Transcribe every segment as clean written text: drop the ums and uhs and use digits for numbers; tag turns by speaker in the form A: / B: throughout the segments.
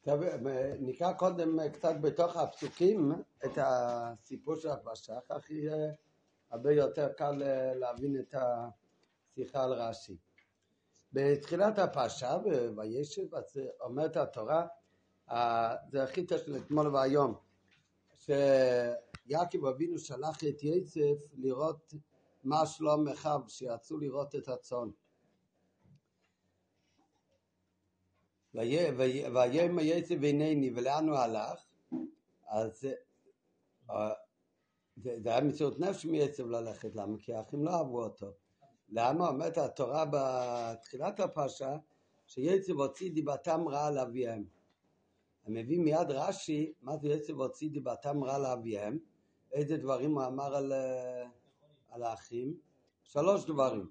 A: טוב, נקרא קודם קצת בתוך הפסוקים את הסיפור של הפרשה, כך יהיה הרבה יותר קל להבין את השיחה על רש"י. בתחילת הפרשה, וישב, אומרת התורה, זה החיטה של אתמול והיום, שיעקב אבינו שלח את יוסף לראות מה שלום אחיו, שיצאו לראות את הצאן. ויאמר יוסף הנני, ולאן הוא הלך? אז זה היה מציאות נפש מיוסף ללכת, למה? כי האחים לא אהבו אותו. למה? אומרת התורה בתחילת הפרשה, שיוסף הוציא דיבתם רע על אביהם. הם מביאים מיד רש"י, מה זה יוסף הוציא דיבתם רע על אביהם? איזה דברים הוא אמר על האחים? 3 דברים.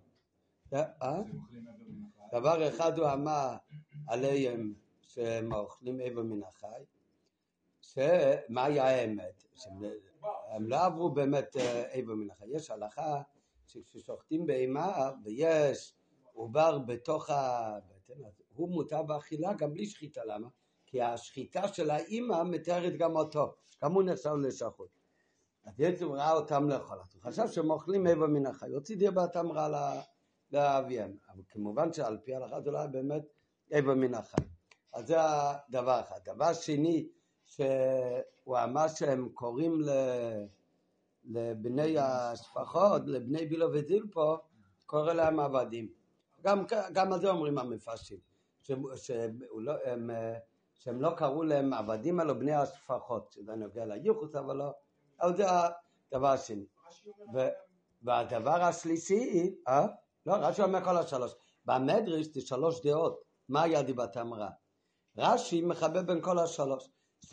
A: דבר אחד הוא אמר עליהם שהם אוכלים איבר מן החי, שמה היה האמת? הם לא עברו באמת איבר מן החי. יש הלכה שכששוחטים בהמה ויש עובר בתוך הבטן, הוא מותר באכילה גם בלי שחיטה. למה? כי השחיטה של האמא מתארת גם אותו, גם הוא נחשב לשחוט. אז יצא ראה אותם לאכול, הוא חשב שהם אוכלים איבר מן החי, הוציא דיבתם רע לאביהם, אבל כמובן שעל פי ההלכה זה לא היה באמת איבר מן החי. אז זה הדבר אחד. דבר שני, שהוא אמר שהם קוראים לבני השפחות, לבני בילו וזילפו, קורא להם עבדים. גם על זה אומרים המפרשים, שהם לא קראו להם עבדים, אלא בני השפחות, שזה נוגע ליחוס, אבל לא. אבל זה הדבר השני. והדבר השלישי, לא, רש"י אומר כל 3. במדרש זה 3 דעות. מה היה דיבתם רע? רש"י מחבר בין כל 3.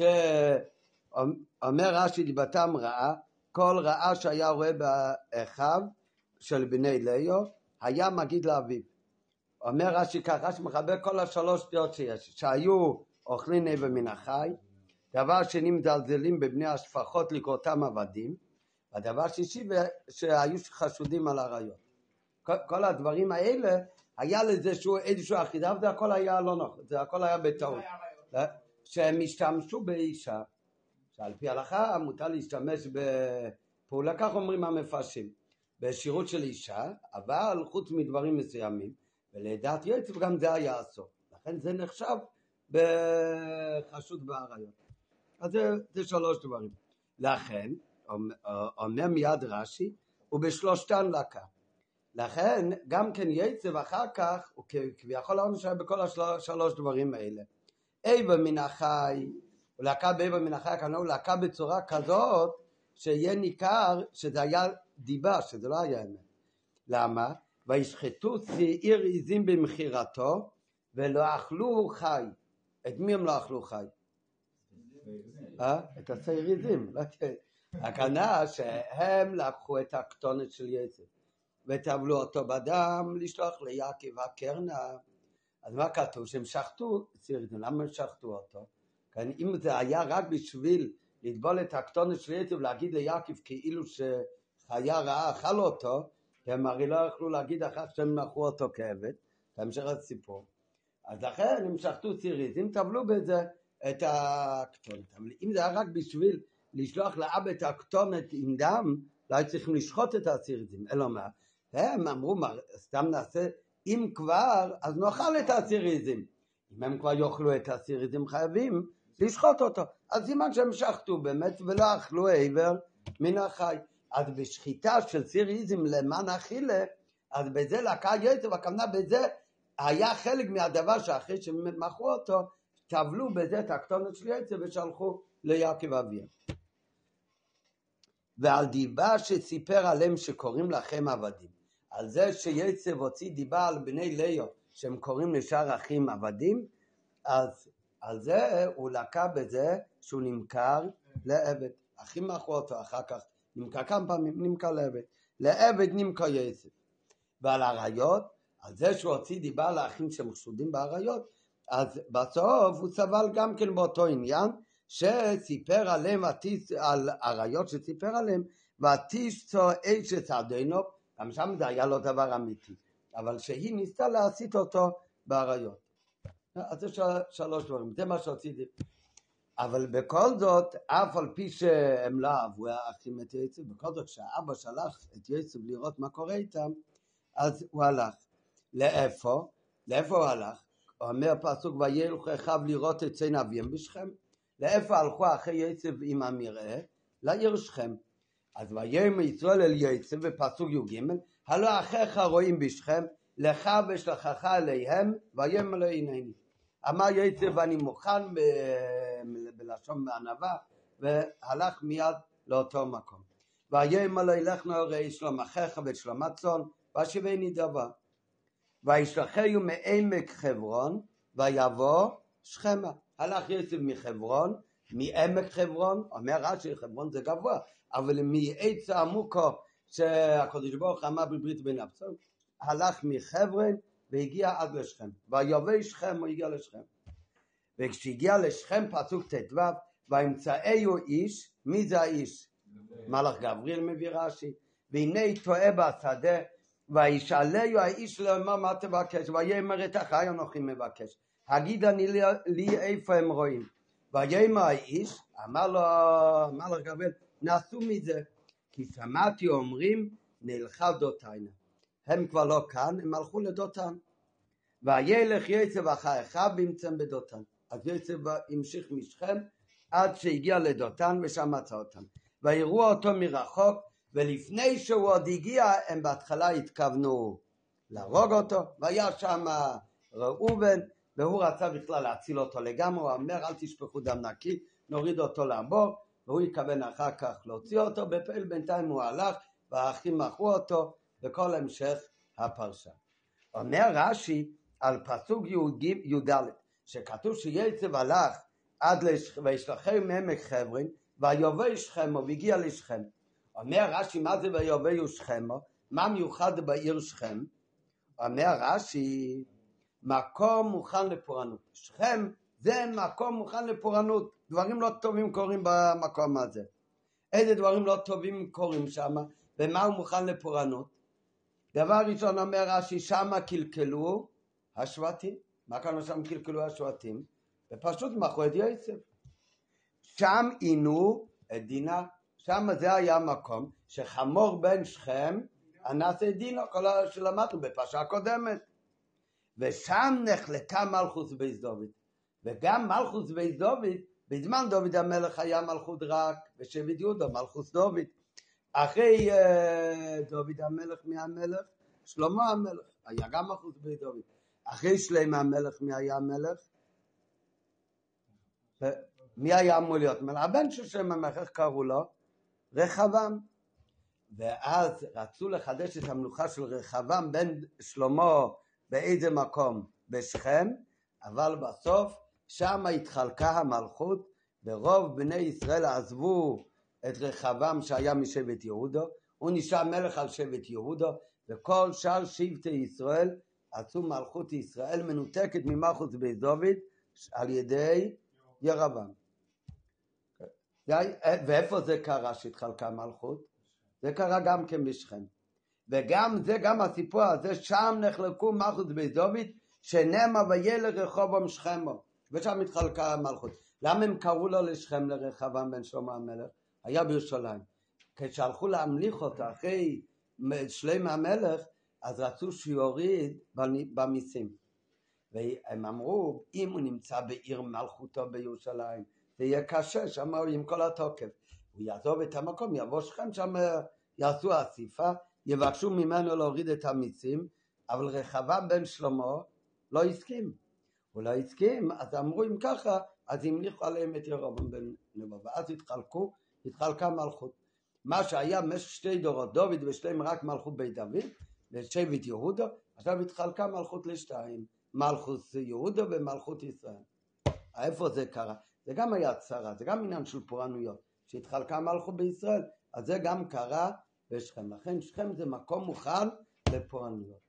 A: שאומר רש"י דיבתם רעה, כל רעה שהיה רואה באחיו של בני ליאו, היה מגיד לאביו. אומר רש"י כך, רש"י מחבר כל 3 דעות שיש, שהיו אוכלים איבר מן החי, דבר שני מזלזלים בבני השפחות לקרותם עבדים, והדבר שלישי שהיו חשודים על עריות. כל הדברים האלה, היה לזה איזשהו אחידה, וזה הכל היה לא נכון, זה הכל היה בטעות. שהם השתמשו באישה, שעל פי ההלכה מותר להשתמש בפעולה, כך אומרים המפרשים, בשירות של אישה, אבל חוץ מדברים מסוימים, ולדעת יוסף גם זה היה אסור. לכן זה נחשב בחשוד בעריות. אז זה 3 דברים. לכן, אומר מיד רש"י, ובשלושתן לקה. לכן, גם כן יוסף אחר כך, הוא כביכול העונש היה בכל 3 דברים האלה. איבר מן החי, הוא לקה באיבר מן החי, הוא לקה בצורה כזאת, שיהיה ניכר שזה היה דיבה, שזה לא היה אמת. למה? וישחטו שעיר עזים במחירתו, ולא אכלו חי. את מי הם לא אכלו חי? את השעיר עזים. הכוונה שהם לקחו את הקטונת של יוסף, וטבלו אותו בדם לשלוח ליעקב הקרנה. אז מה כתוב? שהם שחטו שעיר עזים. למה הם שחטו אותו? אם זה היה רק בשביל לטבול את הקטונת של יוסף ולהגיד ליעקב כאילו שחיה רעה אכל אותו, הם הרי לא יכלו להגיד אחר שהם מכרו אותו כעבד, בהמשך הסיפור. אז לכן הם שחטו שעיר עזים, טבלו בזה את הקטונת. אבל אם זה היה רק בשביל לשלוח לאבא את הקטונת עם דם, לא היו צריכים לשחוט את השעיר עזים. אלא מה? הם אמרו, סתם נעשה, אם כבר, אז נאכל את השעיר עזים. אם הם כבר יאכלו את השעיר עזים, חייבים לשחוט אותו. אז סימן שהם שחטו באמת ולא אכלו איבר מן החי. אז בשחיטה של שעיר עזים למען אכילה, אז בזה לקה יוסף, הכוונה בזה היה חלק מהדבר שאחרי שמכרו אותו, טבלו בזה את הקטונת של יוסף ושלחו ליעקב אביהם. ועל דיבה שסיפר עליהם שקוראים לכם עבדים, על זה שיוסף הוציא דיבה על בני ליאו שהם קוראים לשאר אחים עבדים, אז על זה הוא לקה בזה שהוא נמכר לעבד. אחים מכרו אותו אחר כך, נמכר כמה פעמים, נמכר לעבד נמכר יוסף. ועל עריות, על זה שהוא הוציא דיבה לאחים שמחשודים בעריות, אז בסוף הוא סבל גם כן באותו עניין, שסיפר עליהם, על עריות שסיפר עליהם, ותשצור אשת אדונו, גם שם זה היה לו דבר אמיתי, אבל שהיא ניסתה להסית אותו בעריות. אז זה שלוש דברים, זה מה שרציתי. אבל בכל זאת, אף על פי שהם לא אהבו האחים את יצב, בכל זאת כשהאבא שלח את יצב לראות מה קורה איתם, אז הוא הלך. לאיפה? לאיפה הוא הלך? אומר פסוק, וילכו אחיו לראות את צאן אביהם בשכם. לאיפה הלכו אחי יצב עם המרעה? לעיר שכם. אז ויאמר ישראל אל יצב בפסוק י"ג, הלא אחיך רואים בשכם, לך ושלחך אליהם, ויאמר לו הנני. אמר יצב אני מוכן בלשון בענווה, והלך מיד לאותו מקום. ויאמר לו לך נא ראה שלום אחיך ואת שלום הצאן, והשיבני דבר. וישלחהו מעמק חברון ויבוא שכמה. הלך יצב מחברון, מעמק חברון, אומר רש"י חברון זה גבוה, אבל מעץ העמוקו שהקדוש ברוך אמר בברית בין הבשרים, הלך מחברון והגיע עד לשכם. ויבוא שכם הוא הגיע לשכם. וכשהגיע לשכם פסוק ט"ו, וימצאהו איש, מי זה האיש? מלאך גבריאל מביא רש"י, והנה טועה בשדה, וישאלהו האיש לאמור מה תבקש, ויאמר את אחי אנוכי מבקש, הגיד אני לי איפה הם רואים. ויאמר האיש, אמר לו מלאך גבריאל, נסו מזה, כי שמעתי אומרים נלכה דותיינה. הם כבר לא כאן, הם הלכו לדותן. וילך יצב אחי אחיו וימצאם בדותן. אז יצב המשיך משכם עד שהגיע לדותן ושם מצא אותם. ויראו אותו מרחוק, ולפני שהוא עוד הגיע הם בהתחלה התכוונו להרוג אותו. והיה שם ראובן, והוא רצה בכלל להציל אותו לגמרי, הוא אומר אל תשפכו דם נקי, נוריד אותו לבור, והוא יכוון אחר כך להוציא אותו. בפעיל בינתיים הוא הלך והאחים מכרו אותו, וכל המשך הפרשה. אומר רש"י על פסוק י"ד, שכתוב שיצב הלך עד וישלחהו מעמק חברון ויבוא שכמו והגיע לשכם. אומר רש"י מה זה ויבוא שכמו? מה מיוחד בעיר שכם? אומר רש"י מקום מוכן לפורענות. שכם זה מקום מוכן לפורענות, דברים לא טובים קורים במקום הזה. איזה דברים לא טובים קורים שם? ומה הוא מוכן לפורענות? דבר ראשון אומר רש"י שמה קלקלו השבטים. מה כאן שם קלקלו השבטים? ופשוט מכרו את יצב. שם עינו את דינה. שם זה היה מקום שחמור בן שכם אנס את דינה, כל שלמדנו בפרשה הקודמת. ושם נחלקה מלכות בית דוד. וגם מלכות בית דוד, בזמן דוד המלך היה מלכות רק, בשבט יהודה מלכות דוד. אחרי דוד המלך מהמלך, שלמה המלך, היה גם מלכות בית דוד. אחרי שלמה המלך מי היה המלך? מי היה אמור להיות מלך? הבן של שלמה המלך, איך קראו לו? רחבעם. ואז רצו לחדש את המלוכה של רחבעם בן שלמה באיזה מקום? בשכם, אבל בסוף שם התחלקה המלכות, ורוב בני ישראל עזבו את רחבעם שהיה משבט יהודה, הוא נשאר מלך על שבט יהודה, וכל שאר שבטי ישראל עשו מלכות ישראל מנותקת ממלכות בית דוד על ידי ירבעם. ואיפה זה קרה שהתחלקה המלכות? זה קרה גם כן בשכם. וגם זה, גם הסיפור הזה, שם נחלקו מלכות בית דוד, שנאמר וילך רחבעם שכמו, ושם התחלקה המלכות. למה הם קראו לו לשכם לרחבעם בן שלמה המלך? היה בירושלים. כשהלכו להמליך אותו אחרי שלמה המלך, אז רצו שיוריד במיסים. והם אמרו, אם הוא נמצא בעיר מלכותו בירושלים, זה יהיה קשה, שם עם כל התוקף. הוא יעזוב את המקום, יבוא שכם, שם יעשו אסיפה, יבקשו ממנו להוריד את המיסים, אבל רחבעם בן שלמה לא הסכים. הוא לא הסכים, אז אמרו אם ככה, אז המליכו עליהם את ירבעם בן נבט. ואז התחלקה מלכות. מה שהיה במשך 2 דורות, דוד ושלמה רק מלכות בית דוד, ושבט יהודה, עכשיו התחלקה מלכות לשתיים, מלכות יהודה ומלכות ישראל. איפה זה קרה? זה גם היה צרה, זה גם עניין של פורענויות, שהתחלקה מלכות בישראל, אז זה גם קרה בשכם. לכן שכם זה מקום מוכן לפורענויות.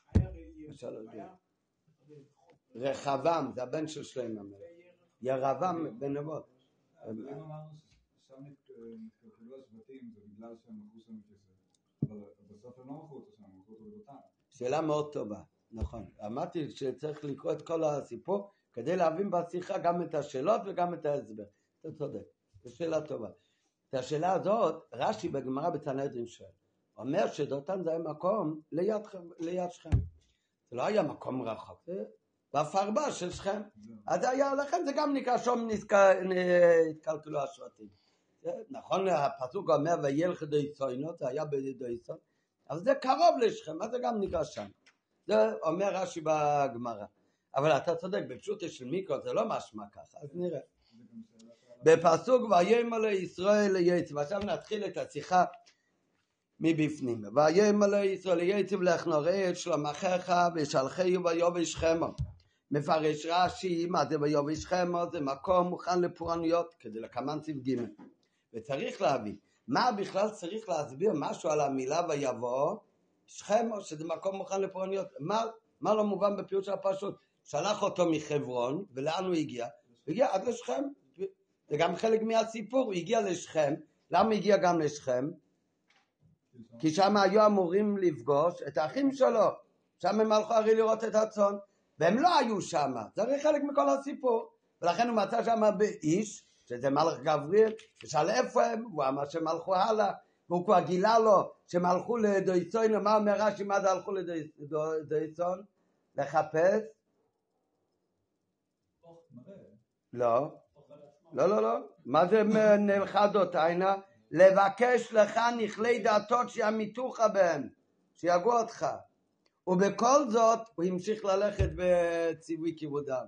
A: רחבעם, זה הבן של שלמה המלך. ירבעם בן נבט.
B: אם אמרנו ששם נתקלקלו השבטים, זה בגלל שהם מכרו שם כסף. אבל בסוף הם לא מכרו אותו שם, הם מכרו אותו בדותן.
A: שאלה מאוד טובה. נכון, אמרתי שצריך לקרוא את כל הסיפור כדי להבין בשיחה גם את השאלות וגם את ההסבר. אתה צודק, זו שאלה טובה. את השאלה הזאת רש"י בגמרא בסנהדרין שואל, אומר שדותן זה היה מקום ליד שכם, זה לא היה מקום רחוק, זה בפרבר של שכם, אז היה לכן זה גם נקרא שום התקלקלו השבטים. נכון, הפסוק אומר וילך דויצוינו, זה היה בדויצון, אבל זה קרוב לשכם, אז זה גם נקרא שם. זה אומר רש"י בגמרא. אבל אתה צודק, בפשוט של מיקרו זה לא משמע ככה, אז נראה. בפסוק ויאמר לישראל ליצב, עכשיו נתחיל את השיחה מבפנים. ויאמר לישראל ליצב לך נראה את שלום אחיך ושלחהו ויובש שכמו. מפרש רש"י, מה זה ויובש שכמו? זה מקום מוכן לפורענויות, כדי לקמן ציב ג'. וצריך להבין, מה בכלל צריך להסביר משהו על המילה ויבוא שכמו, שזה מקום מוכן לפורענויות. מה לא מובן בפירוש הפשוט? שלח אותו מחברון, ולאן הוא הגיע? הוא הגיע עד לשכם. זה גם חלק מהסיפור, הוא הגיע לשכם. למה הוא הגיע גם לשכם? כי שם היו אמורים לפגוש את האחים שלו. שם הם הלכו הרי לראות את הצאן, והם לא היו שם. זה הרי חלק מכל הסיפור. ולכן הוא מצא שם באיש, שזה מלך גבריאל, ושאל איפה הם, הוא אמר שהם הלכו הלאה, והוא כבר גילה לו שהם הלכו לדויצון. מה אומר רש"י, מה זה הלכו לדויצון? לחפש? לא. לא. מה זה נלכדות עינה? לבקש לך נכלי דעתות שימיתוך בהם, שיגעו אותך. ובכל זאת הוא המשיך ללכת בציווי כיבודיו.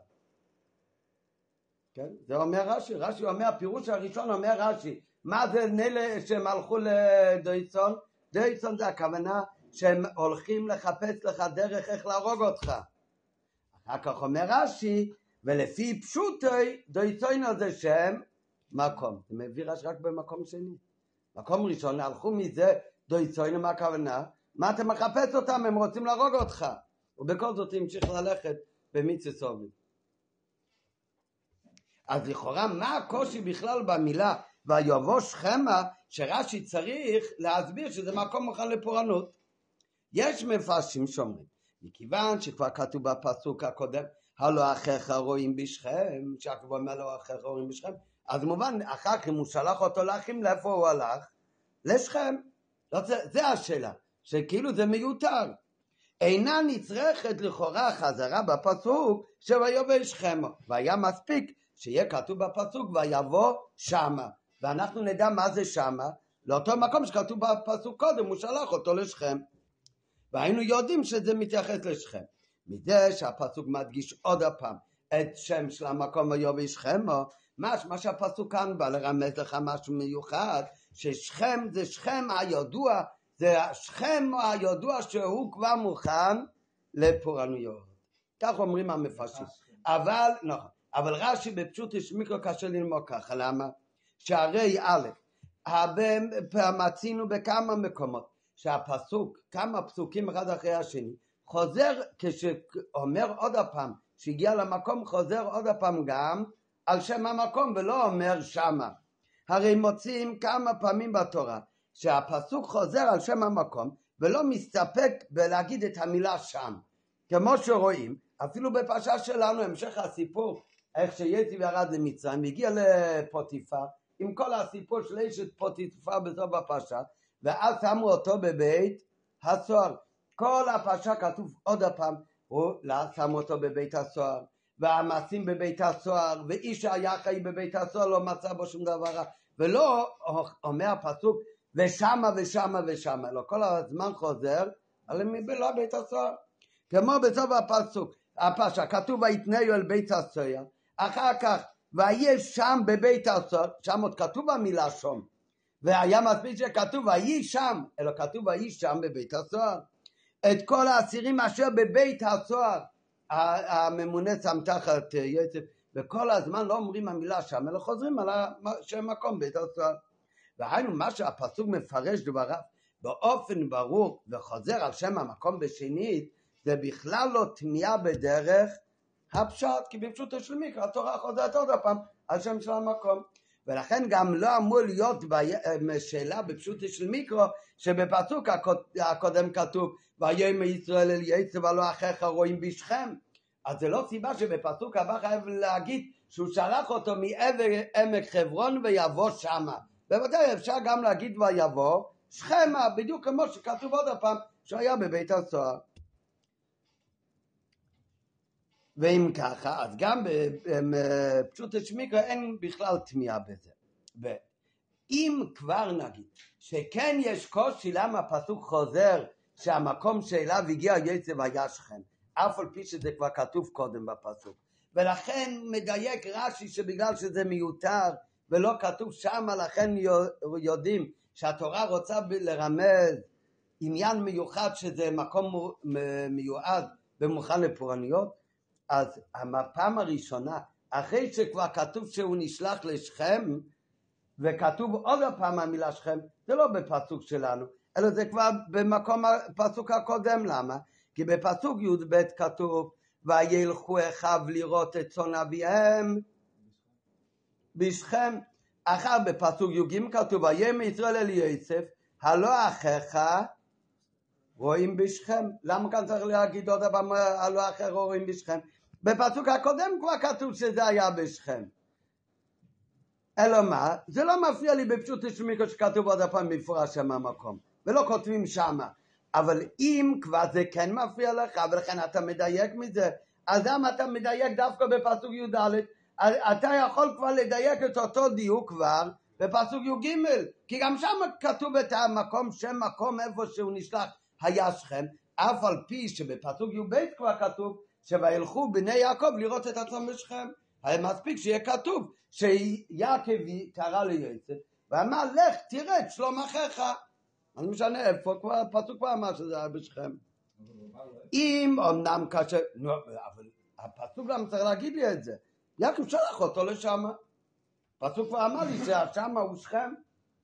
A: כן? זה אומר רש"י. רש"י אומר, הפירוש הראשון אומר רש"י, מה זה נלה שהם הלכו לדויצון? דויצון זה הכוונה שהם הולכים לחפש לך דרך איך להרוג אותך. אחר כך אומר רש"י, ולפי פשוטי דויצון זה שם מקום. זה מביא רש"י רק במקום שני. מקום ראשון הלכו מזה דויצון, מה הכוונה? מה אתה מחפש אותם? הם רוצים להרוג אותך. ובכל זאת המשיך ללכת במיצי סובי. אז לכאורה מה הקושי בכלל במילה ויבוא שכמה, שרש"י צריך להסביר שזה מקום מוכן לפורענות? יש מפרשים שאומרים, מכיוון שכבר כתוב בפסוק הקודם, הלא אחיך רואים בשכם, שיעקב אומר לו אחיך רואים בשכם, אז מובן, אחר כך הוא שלח אותו לאחים, לאיפה הוא הלך? לשכם. זה השאלה, שכאילו זה מיותר. אינה נצרכת לכאורה חזרה בפסוק שויבוא שכמו, והיה מספיק שיהיה כתוב בפסוק ויבוא שמה, ואנחנו נדע מה זה שמה, לאותו מקום שכתוב בפסוק קודם, הוא שלח אותו לשכם, והיינו יודעים שזה מתייחס לשכם. מזה שהפסוק מדגיש עוד הפעם את שם של המקום ויבוא שכמו, מה שהפסוק כאן בא לרמז לך משהו מיוחד, ששכם זה שכם הידוע, זה השכם הידוע שהוא כבר מוכן לפורענויות. כך אומרים המפרשים. אבל רש"י בפשוט יש מיקרו קשה ללמוד ככה. למה? שהרי א', מצינו בכמה מקומות שהפסוק, כמה פסוקים אחד אחרי השני, חוזר כשאומר עוד הפעם, שהגיע למקום חוזר עוד הפעם גם על שם המקום ולא אומר שמה. הרי מוצאים כמה פעמים בתורה שהפסוק חוזר על שם המקום ולא מסתפק בלהגיד את המילה שם. כמו שרואים, אפילו בפרשה שלנו, המשך הסיפור, איך שיצב ירד למצרים והגיע לפוטיפר, עם כל הסיפור של אשת פוטיפר בסוף הפרשה, ואז שמו אותו בבית הסוהר. כל הפרשה כתוב עוד הפעם, שמו אותו בבית הסוהר, והמעשים בבית הסוהר, ואיש היה חי בבית הסוהר לא מצא בו שום דבר רע, ולא אומר הפסוק ושמה ושמה ושמה, לא כל הזמן חוזר על לא בית הסוהר. כמו בסוף הפסוק, הפרשה כתוב ויתנאו אל בית הסוהר, אחר כך ויש שם בבית הסוהר, שם עוד כתוב המילה שום, והיה מספיק שכתוב ויהי שם, אלא כתוב ויהי שם בבית הסוהר. את כל האסירים אשר בבית הסוהר הממונה שם תחת יצב, וכל הזמן לא אומרים המילה שם, אלא חוזרים על שם מקום בית הסוהר. והיינו מה שהפסוק מפרש דבריו באופן ברור וחוזר על שם המקום בשנית, זה בכלל לא תמיהה בדרך הפשט, כי בפשוטו של מקרא התורה חוזרת עוד הפעם על שם של המקום. ולכן גם לא אמור להיות שאלה בפשוטו של מיקרו, שבפסוק הקודם כתוב ויאמר ישראל אל יצר ולא אחיך רואים בשכם. אז זה לא סיבה שבפסוק הבא חייב להגיד שהוא שלח אותו מעבר עמק חברון ויבוא שמה. בוודאי אפשר גם להגיד ויבוא שכמה, בדיוק כמו שכתוב עוד הפעם שהיה בבית הסוהר. ואם ככה, אז גם בפשוט שמיקרו אין בכלל תמיהה בזה. ואם כבר נגיד שכן יש קושי למה הפסוק חוזר שהמקום שאליו הגיע יצר והיה שכם, אף על פי שזה כבר כתוב קודם בפסוק, ולכן מדייק רש"י שבגלל שזה מיותר ולא כתוב שם, לכן יודעים שהתורה רוצה לרמז עניין מיוחד שזה מקום מיועד ומוכן לפורעניות. אז הפעם הראשונה אחרי שכבר כתוב שהוא נשלח לשכם וכתוב עוד הפעם המילה שכם, זה לא בפסוק שלנו אלא זה כבר במקום הפסוק הקודם. למה? כי בפסוק י"ב כתוב וילכו אחיו לראות את צאן אביהם בשכם. אחר בפסוק י"ג כתוב ויאמר ישראל אל יוסף הלא אחיך רואים בשכם. למה כאן צריך להגיד עוד פעם הלא אחיך רואים בשכם? בפסוק הקודם כבר כתוב שזה היה בשכם. אלא מה? זה לא מפריע לי בפשוט שמיקרו שכתוב עוד פעם מפורש שם המקום ולא כותבים שמה, אבל אם כבר זה כן מפריע לך ולכן אתה מדייק מזה, אז למה אתה מדייק דווקא בפסוק י"ד? אתה יכול כבר לדייק את אותו דיוק כבר בפסוק י"ג, כי גם שם כתוב את המקום, שם מקום איפה שהוא נשלח היה שכם, אף על פי שבפסוק י"ב כבר כתוב שוילכו בני יעקב לראות את עצמם בשכם. היה מספיק שיהיה כתוב שיעקב קרא ליוסף ואמר לך תראה את שלום אחיך. אני משנה איפה כבר הפסוק כבר אמר שזה היה בשכם. אם אמנם קשה, אבל הפסוק גם צריך להגיד לי את זה, יעקב שלח אותו לשם, הפסוק כבר אמר לי שהשם הוא שכם.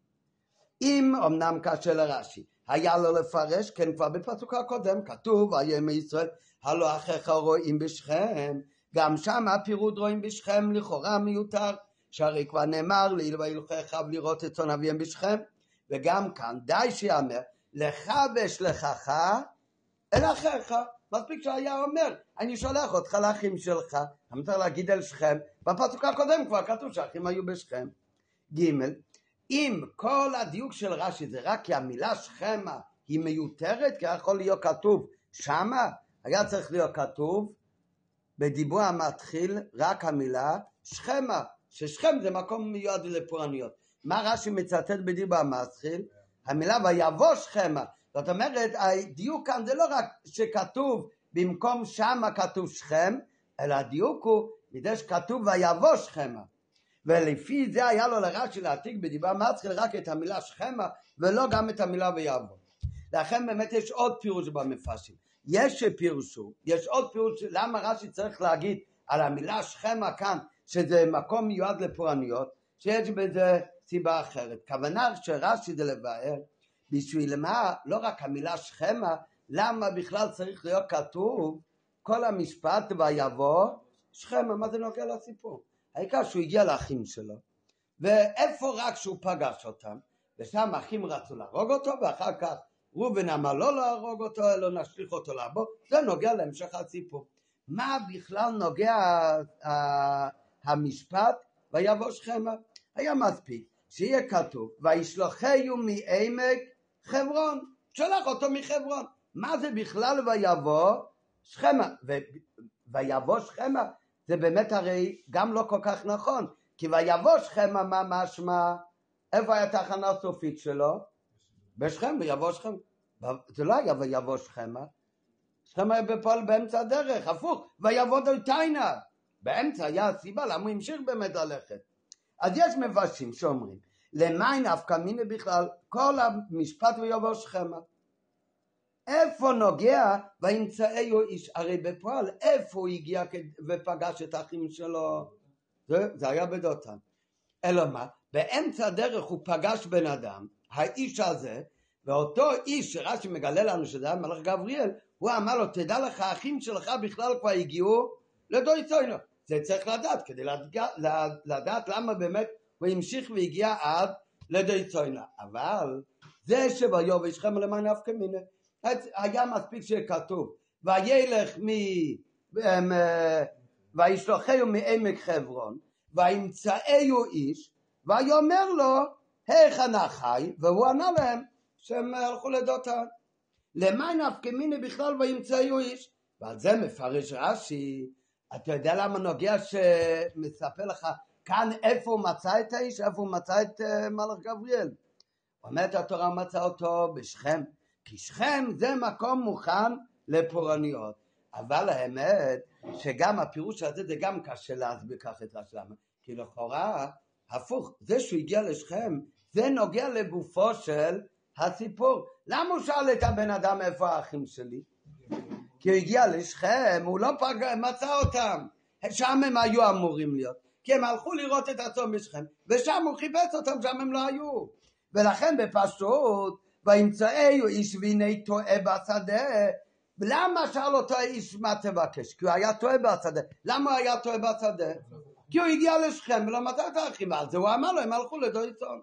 A: אם אמנם קשה לרש"י היה לו לפרש, כן כבר בפסוק הקודם כתוב ויאמר ישראל הלא אחיך רואים בשכם, גם שם הפירוט רואים בשכם לכאורה מיותר, שהרי כבר נאמר לי וילכו אחיו לראות את צאן אביהם בשכם. וגם כאן די שיאמר לך ושלחך אל אחיך, מספיק שהיה אומר אני שולח אותך לאחים שלך, אני צריך להגיד אל שכם, בפסוק הקודם כבר כתוב שהאחים היו בשכם. ג' אם כל הדיוק של רש"י זה רק כי המילה שכמה היא מיותרת, כי יכול להיות כתוב שמה, היה צריך להיות כתוב בדיבור המתחיל רק המילה שכמה, ששכם זה מקום מיועד לפורעניות. מה רש"י מצטט בדיבור המתחיל? המילה ויבוא שכמה. זאת אומרת הדיוק כאן זה לא רק שכתוב במקום שמה כתוב שכם, אלא הדיוק הוא מדי שכתוב ויבוא שכמה, ולפי זה היה לו לרש"י להעתיק בדיבור המתחיל רק את המילה שכמה ולא גם את המילה ויבוא. לכן באמת יש עוד פירוש במפרשים, יש עוד פירוש למה רש"י צריך להגיד על המילה שכמה כאן שזה מקום מיועד לפורעניות, שיש בזה סיבה אחרת. כוונה שרש"י זה לבאר בשביל מה לא רק המילה שכמה, למה בכלל צריך להיות כתוב כל המשפט ויבוא שכמה, מה זה נוגע לסיפור? העיקר שהוא הגיע לאחים שלו ואיפה רק שהוא פגש אותם, ושם האחים רצו להרוג אותו ואחר כך ראובן אמר לא להרוג אותו אלא נשליך אותו לבור, זה נוגע להמשך הסיפור. מה בכלל נוגע המשפט ויבוא שכמה? היה מספיק שיהיה כתוב וישלחהו מעמק חברון, שלח אותו מחברון. מה זה בכלל ויבוא שכמה? ויבוא שכמה זה באמת הרי גם לא כל כך נכון, כי ויבוא שכמה מה משמע? איפה היה התחנה הסופית שלו? בשכם, ויבוא שכם. זה לא היה ויבוא שכמה, שכם היה בפועל באמצע הדרך, הפוך, ויבוא דויטיינה, באמצע היה הסיבה למה הוא המשיך באמת ללכת. אז יש מפרשים שאומרים למה נפקא מינה בכלל כל המשפט ויבוא שכמה? איפה נוגע וימצאהו איש? הרי בפועל איפה הוא הגיע ופגש את האחים שלו? זה היה בדותן. אלא מה? באמצע הדרך הוא פגש בן אדם, האיש הזה, ואותו איש שרש"י מגלה לנו שזה היה מלאך גבריאל, הוא אמר לו תדע לך האחים שלך בכלל כבר הגיעו לדויטיינה. זה צריך לדעת כדי לדעת למה באמת והמשיך והגיע עד לדייצוינה. אבל זה שויובש שכם למען נפקא מינה, היה מספיק שכתוב וילך וישלוחהו מעמק חברון וימצאהו איש ויאמר לו היכן אחי, והוא ענה להם שהם הלכו לדותן. למען נפקא מינה בכלל וימצאהו איש. ועל זה מפרש רש"י. אתה יודע למה נוגע שמספר לך כאן איפה הוא מצא את האיש, איפה הוא מצא את מלאך גבריאל? אומרת התורה מצא אותו בשכם, כי שכם זה מקום מוכן לפורעניות. אבל האמת שגם הפירוש הזה זה גם קשה להסביר כך את רש"י. כי לכאורה הפוך, זה שהוא הגיע לשכם זה נוגע לגופו של הסיפור. למה הוא שאל את הבן אדם איפה האחים שלי? כי הוא הגיע לשכם, הוא לא מצא אותם, שם הם היו אמורים להיות, כי הם הלכו לראות את הצום בשכם, ושם הוא חיפש אותם, שם הם לא היו. ולכן בפשוט, וימצאהו איש והנה טועה בשדה. למה שאל אותו האיש מה תבקש? כי הוא היה טועה בשדה. למה הוא היה טועה בשדה? כי הוא הגיע לשכם ולא מצא את האחים, אז הוא אמר לו, הם הלכו לדויצון.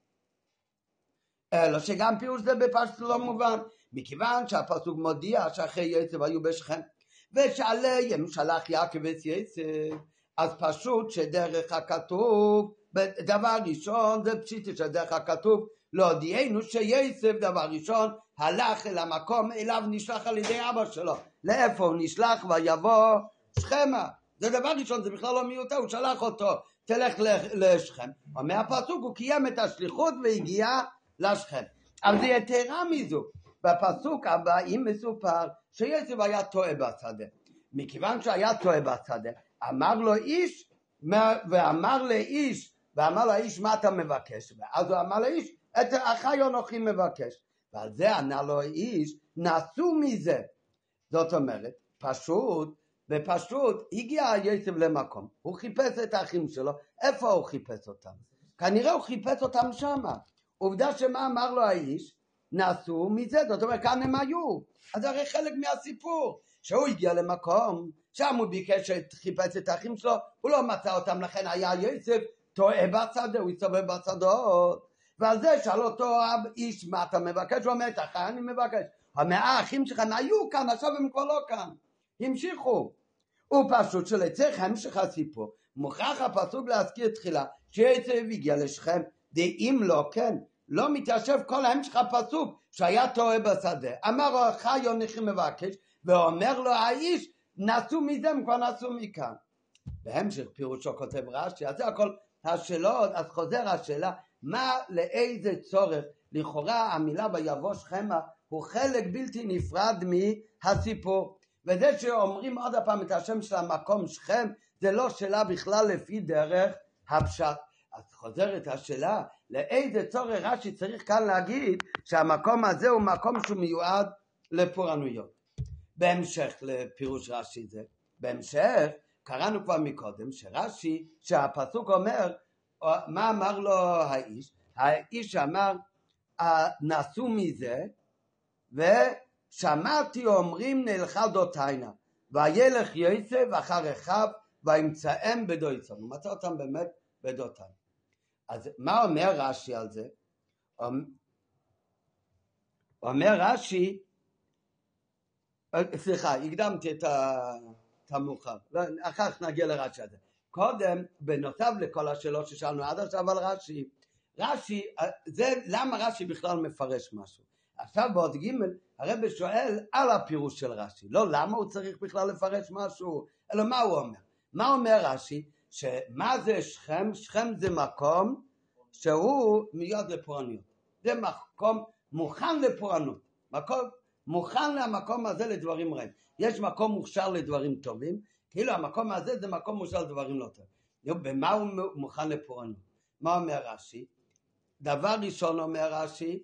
A: אלא שגם פירוש זה בפשט לא מובן, מכיוון שהפסוק מודיע שאחרי יצב היו בשכם, ושעליהם שלח יעקב את יצב, אז פשוט שדרך הכתוב, דבר ראשון זה פשיטי שדרך הכתוב, להודיענו שיצב דבר ראשון הלך אל המקום אליו נשלח על ידי אבא שלו. לאיפה הוא נשלח? ויבוא שכמה. זה דבר ראשון, זה בכלל לא מיותר, הוא שלח אותו, תלך לשכם. ומהפסוק הוא קיים את השליחות והגיע לשכם. אבל זה יתרה מזו. בפסוק הבא אם מסופר שיצב היה טועה בשדה. מכיוון שהיה טועה בשדה, אמר לו איש, ואמר לאיש מה אתה מבקש? ואז הוא אמר לאיש, את אחי אנוכי מבקש. ועל זה ענה לו איש, נסו מזה. זאת אומרת, בפשוט הגיע יצב למקום, הוא חיפש את האחים שלו. איפה הוא חיפש אותם? כנראה הוא חיפש אותם שמה. עובדה שמה אמר לו האיש? נסו מזה, זאת אומרת כאן הם היו. אז הרי חלק מהסיפור שהוא הגיע למקום שם הוא ביקש שחיפש את האחים שלו, הוא לא מצא אותם, לכן היה יצב טועה בצדה, הוא הסתובב בצדות. ועל זה שאל אותו איש מה אתה מבקש? הוא אומר את אחי אני מבקש. האחים שלך היו כאן, עכשיו הם כבר לא כאן, המשיכו. הוא פשוט שלצריך המשך הסיפור מוכרח הפסוק להזכיר תחילה שיצב הגיע לשכם, אם לא כן לא מתיישב כל המשך הפסוק שהיה טועה בשדה. אמר אחי אנוכי מבקש, ואומר לו האיש נסו מזה, הם כבר נסו מכאן. בהמשך פירושו כותב רש"י, אז זה הכל השאלות. אז חוזר השאלה, מה לאיזה צורך? לכאורה המילה ויבוא שכמה הוא חלק בלתי נפרד מהסיפור, וזה שאומרים עוד הפעם את השם של המקום שכם זה לא שאלה בכלל לפי דרך הפשט. אז חוזרת השאלה, לאיזה צורך רש"י צריך כאן להגיד שהמקום הזה הוא מקום שהוא מיועד לפורענויות. בהמשך לפירוש רש"י זה, בהמשך קראנו כבר מקודם שרש"י, שהפסוק אומר, מה אמר לו האיש? האיש אמר, נסו מזה, ושמעתי אומרים נלכה דותיינה, וילך יצב אחר אחיו, וימצאם בדויצון. הוא מצא אותם באמת בדותן. אז מה אומר רש"י על זה? אומר רש"י, סליחה, הקדמתי את המאוחר, אחר כך נגיע לרש"י הזה. קודם, בנוסף לכל השאלות ששאלנו עד עכשיו על רש"י, זה למה רש"י בכלל מפרש משהו. עכשיו בעוד ג' הרב שואל על הפירוש של רש"י, לא למה הוא צריך בכלל לפרש משהו, אלא מה הוא אומר. מה אומר רש"י? שמה זה שכם? שכם זה מקום שהוא מיועד לפורענות. זה מקום מוכן לפורענות. מקום מוכן למקום הזה לדברים רעים. יש מקום מוכשר לדברים טובים, כאילו המקום הזה זה מקום מוכשר לדברים לא טובים. במה הוא מוכן לפורענות? מה אומר רש"י? דבר ראשון אומר רש"י,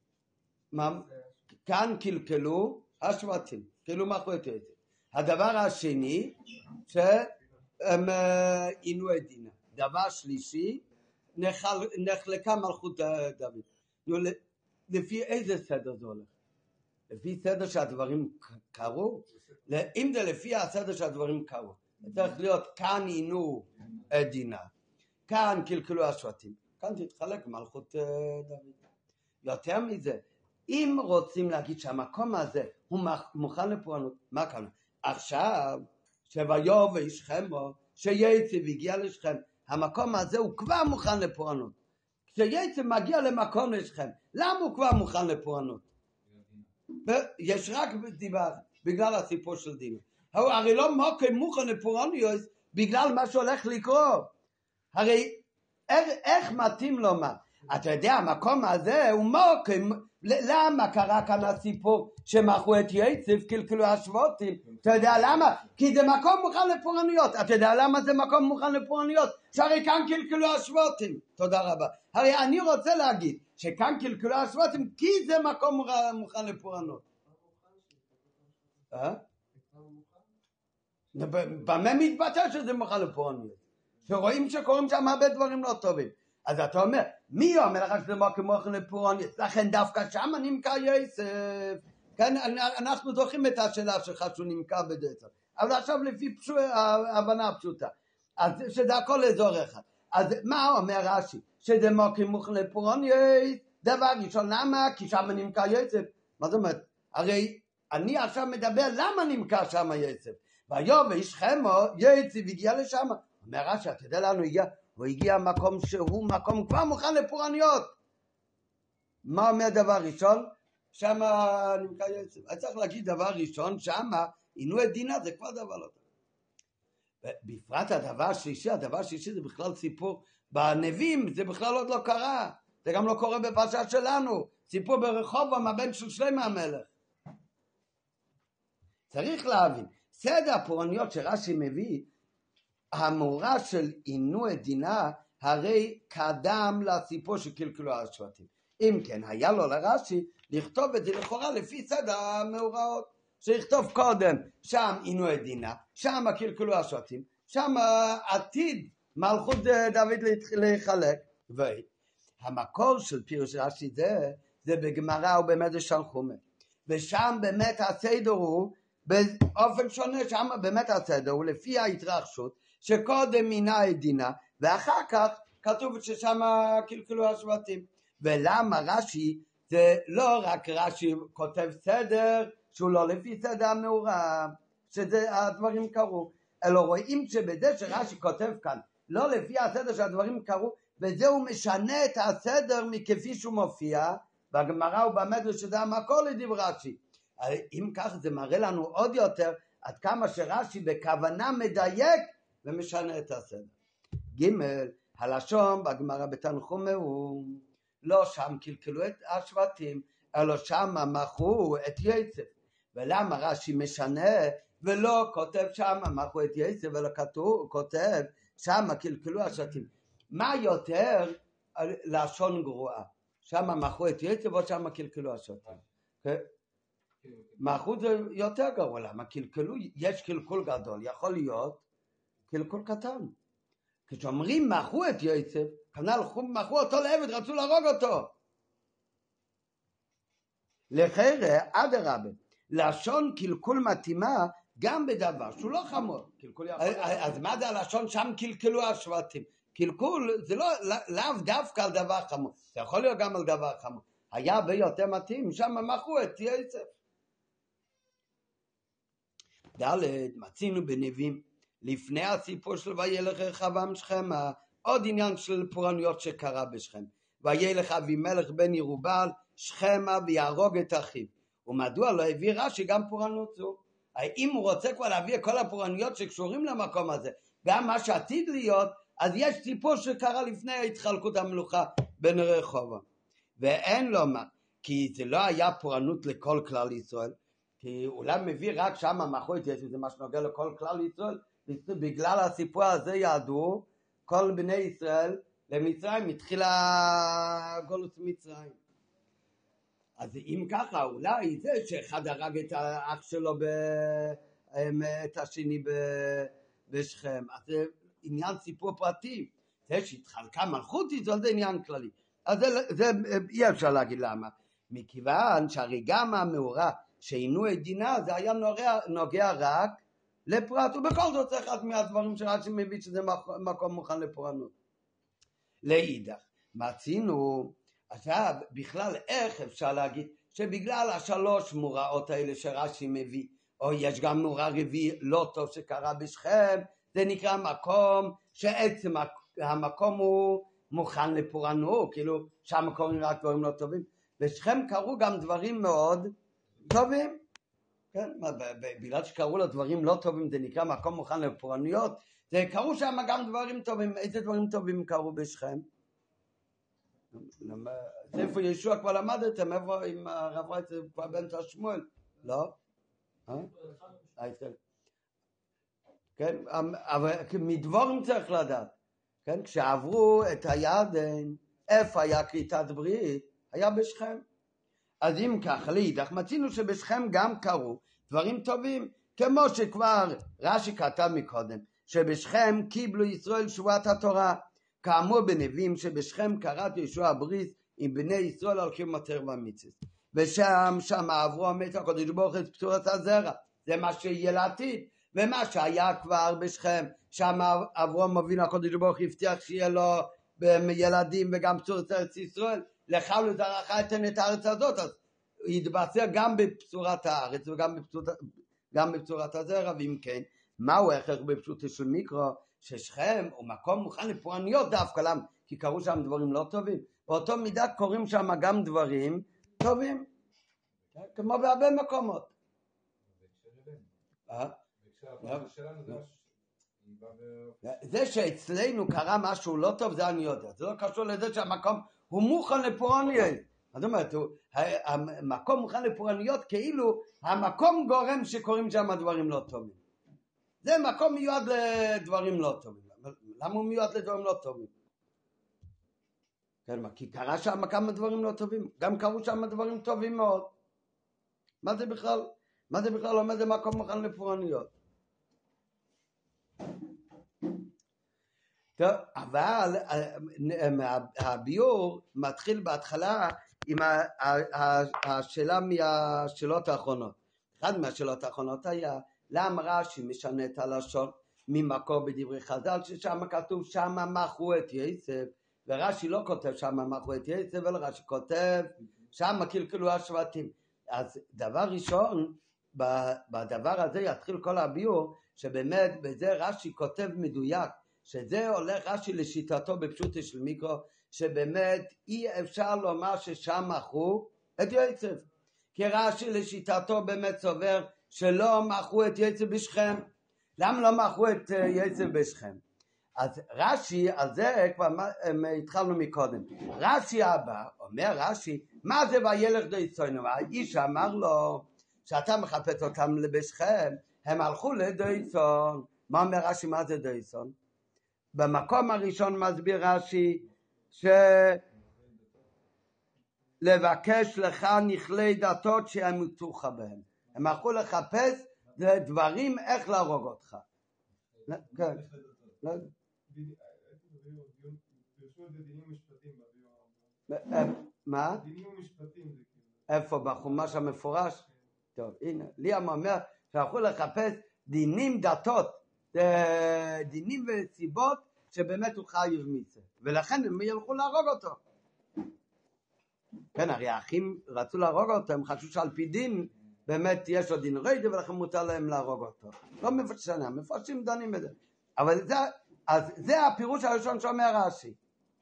A: כאן קלקלו השבטים, כאילו מכרו את זה. הדבר השני, שהם עינו את דינה. דבר שלישי, נחלקה מלכות דוד. לפי איזה סדר זה הולך? לפי סדר שהדברים קרו? אם זה לפי הסדר שהדברים קרו, צריך להיות כאן עינו את דינה, כאן קלקלו השבטים, כאן תתחלק מלכות דוד. יותר מזה, אם רוצים להגיד שהמקום הזה הוא מוכן לפורענות, מה כאן? עכשיו, שויובא שכמו, שיצא והגיע לשכם, המקום הזה הוא כבר מוכן לפורענות. כשיצא מגיע למקום לשכם, למה הוא כבר מוכן לפורענות? יש רק דיבר, בגלל הסיפור של דינה. הרי לא מוקם מוכן לפורענות בגלל מה שהולך לקרות. הרי איך מתאים לומר? אתה יודע, המקום הזה הוא מוקם, למה קרה כאן הסיפור שמכרו את יצף, קלקלו השבטים? אתה יודע למה? כי זה מקום מוכן לפורענויות. אתה יודע למה זה מקום מוכן לפורענויות? שהרי כאן קלקלו השבטים. תודה רבה. הרי אני רוצה להגיד שכאן קלקלו השבטים כי זה מקום מוכן לפורענות. במה מתבטא שזה מוכן לפורענויות? שרואים שקוראים שם הרבה דברים לא טובים. אז אתה אומר, מי אומר לך שזה מוכן לפורענויות? לכן דווקא שם נמכר יוסף. כן, אנחנו זוכרים את השאלה שלך שהוא נמכר בדצר. אבל עכשיו לפי ההבנה הפשוטה. אז שזה הכל אזור אחד. אז מה אומר רש"י? שזה מוכן לפורענויות? דבר ראשון, למה? כי שם נמכר יוסף. מה זאת אומרת? הרי אני עכשיו מדבר למה נמכר שם יוסף. ויובא שכמו יצא והגיע לשם. אומר רש"י, אתה יודע לנו הגיע? הוא הגיע מקום שהוא מקום כבר מוכן לפורענויות. מה אומר דבר ראשון? שם נמכר יוסף. אני צריך להגיד דבר ראשון, שם עינוי דינה זה כבר דבר לא טוב. בפרט הדבר השלישי זה בכלל סיפור בנביאים, זה בכלל עוד לא קרה. זה גם לא קורה בפרשה שלנו. סיפור ברחובעם הבן של שלמה המלך. צריך להבין, סדר הפורענויות שרש"י מביא, המאורע של עינוי דינה הרי קדם לסיפור שקלקלו השבטים. אם כן, היה לו לרש"י לכתוב את זה לכאורה לפי סדר המאורעות. שיכתוב קודם, שם עינוי דינה, שם קלקלו השבטים, שם עתיד מלכות דוד להיחלק. והמקור של פירוש רש"י זה בגמרא ובמדרש תנחומא. ושם באמת הסדר הוא באופן שונה, שם באמת הסדר הוא לפי ההתרחשות, שקודם מינה את דינה, ואחר כך כתוב ששם קלקלו השבטים. ולמה רש"י, זה לא רק רש"י כותב סדר, שהוא לא לפי סדר המאורע, שזה הדברים קרו, אלא רואים שבזה שרש"י כותב כאן, לא לפי הסדר שהדברים קרו, וזה הוא משנה את הסדר מכפי שהוא מופיע, בגמרא ובמדרש שזה המקור לדברי רש"י. אם כך זה מראה לנו עוד יותר, עד כמה שרש"י בכוונה מדייק, ומשנה את הסדר. ג' הלשון בגמרא בתנחומא הוא לא שם קלקלו את השבטים, אלא שם מכרו את יצף. ולמה רש"י משנה ולא כותב שם מכרו את יצף, אלא כותב שם קלקלו השבטים? מה יותר לשון גרועה? שם מכרו את יצף או שם קלקלו השבטים? מכרו זה יותר גרוע. למה? קלקלו, יש קלקול גדול, יכול להיות קלקול קטן. כשאומרים מכרו את יוסף, כנ"ל מכרו אותו לעבד, רצו להרוג אותו. לחרא אדרבה, לשון קלקול מתאימה גם בדבר שהוא לא חמור. אז מה זה הלשון שם קלקלו השבטים? קלקול זה לאו דווקא על דבר חמור, זה יכול להיות גם על דבר חמור. היה הרבה יותר מתאים, שם מכרו את יוסף. ד' מצינו בנביאים לפני הסיפור של וילך רחבעם שכמה, עוד עניין של פורענויות שקרה בשכם. וילך אבימלך בן ירובעל שכמה ויהרוג את אחיו. ומדוע לא הביא רש"י גם פורענות זו? אם הוא רוצה כבר להביא כל הפורענויות שקשורים למקום הזה, גם מה שעתיד להיות, אז יש סיפור שקרה לפני התחלקות המלוכה בין רחובעם. ואין לומר, כי זה לא היה פורענות לכל כלל ישראל, כי אולי מביא רק שם מכרו את יצף, זה מה שנוגע לכל כלל ישראל, בגלל הסיפור הזה יעדו כל בני ישראל למצרים, התחילה גולוס מצרים. אז אם ככה, אולי זה שאחד הרג את האח שלו, את השני בשכם, אז זה עניין סיפור פרטי. זה שהתחלקה מלכות ישראל זה עניין כללי. אז זה אי אפשר להגיד למה. מכיוון שהרי גם המאורע שעינוי דינה זה היה נוגע רק לפרט, ובכל זאת אחד מהדברים שרש"י מביא שזה מקום מוכן לפורענות. לאידך. מצינו, עכשיו בכלל איך אפשר להגיד שבגלל השלוש מוראות האלה שרש"י מביא, או יש גם מורא רביעי לא טוב שקרה בשכם, זה נקרא מקום שעצם המקום הוא מוכן לפורענות, כאילו שם קוראים רק דברים לא טובים. בשכם קרו גם דברים מאוד טובים, כן? בגלל שקראו לו דברים לא טובים זה נקרא מקום מוכן לפורענויות, זה קרו שם גם דברים טובים. איזה דברים טובים קרו בשכם? איפה ישוע כבר למדתם? איפה עם הרב רייץ כבר בן שמואל? לא? כן, אבל מדבורים צריך לדעת, כן? כשעברו את הירדן, איפה היה כריתת ברית? היה בשכם. אז אם כך, לאידך, מצינו שבשכם גם קרו דברים טובים, כמו שכבר רש"י כתב מקודם, שבשכם קיבלו ישראל שבועת התורה, כאמור בנביאים שבשכם קראת ישוע הברית עם בני ישראל על קיום התורה והמצוות. ושם עברו המת הקדוש ברוך הוא את בשורת הזרע, זה מה שיהיה לעתיד. ומה שהיה כבר בשכם, שם אברהם אבינו הקדוש ברוך הוא הבטיח שיהיה לו ילדים וגם בשורת ארץ ישראל, לך ולזרעך אתן את הארץ הזאת, אז יתבצע גם בבשורת הארץ וגם בבשורת הזרע. ואם כן, מהו ההכרח בפשוטו של מיקרו? ששכם הוא מקום מוכן לפורענויות דווקא, למה? כי קרו שם דברים לא טובים. באותו מידה קוראים שם גם דברים טובים, כמו בהרבה מקומות. זה שאצלנו קרה משהו לא טוב זה אני יודע, זה לא קשור לזה שהמקום הוא מוכן לפורענויות. זאת אומרת, המקום מוכן לפורענויות כאילו המקום גורם שקוראים שם דברים לא טובים. זה מקום מיועד לדברים לא טובים. למה הוא מיועד לדברים לא טובים? כן, כי קרה שם כמה דברים לא טובים, גם קרו שם דברים טובים מאוד. מה זה בכלל אומר זה מקום מוכן לפורענויות? טוב, אבל הביור מתחיל בהתחלה עם השאלה מהשאלות האחרונות. אחד מהשאלות האחרונות היה, למה רש"י משנה את הלשון ממקור בדברי חז"ל, ששם כתוב שמה מכרו את יצב, ורש"י לא כותב שמה מכרו את יצב, אלא רש"י כותב שמה קלקלו השבטים. אז דבר ראשון, בדבר הזה יתחיל כל הביור, שבאמת בזה רש"י כותב מדויק, שזה הולך רש"י לשיטתו בפשוטו של מיקרו, שבאמת אי אפשר לומר ששם מכרו את יצב, כי רש"י לשיטתו באמת סובר שלא מכרו את יצב בשכם. למה לא מכרו את יצב בשכם? אז רש"י, על זה כבר התחלנו מקודם. רש"י הבא, אומר רש"י, מה זה וילך דויצונו? האיש אמר לו, שאתה מחפש אותם בשכם, הם הלכו לדויצון. מה אומר רש"י, מה זה דויצון? במקום הראשון מסביר רש"י, שלבקש לך נכלי דתות שימותוך בהם. הם הלכו לחפש דברים איך להרוג אותך. כן. מה? איפה בחומש המפורש? טוב, הנה, ליאם אומר שהלכו לחפש דינים דתות, דינים וסיבות שבאמת הוא חייב מצווה, ולכן הם ילכו להרוג אותו. כן, הרי האחים רצו להרוג אותו, הם חשבו שעל פי דין באמת יש לו דין ריידה ולכן מותר להם להרוג אותו. לא מפרשנה, מפרשים דנים בזה. אבל זה הפירוש הראשון שאומר רש"י.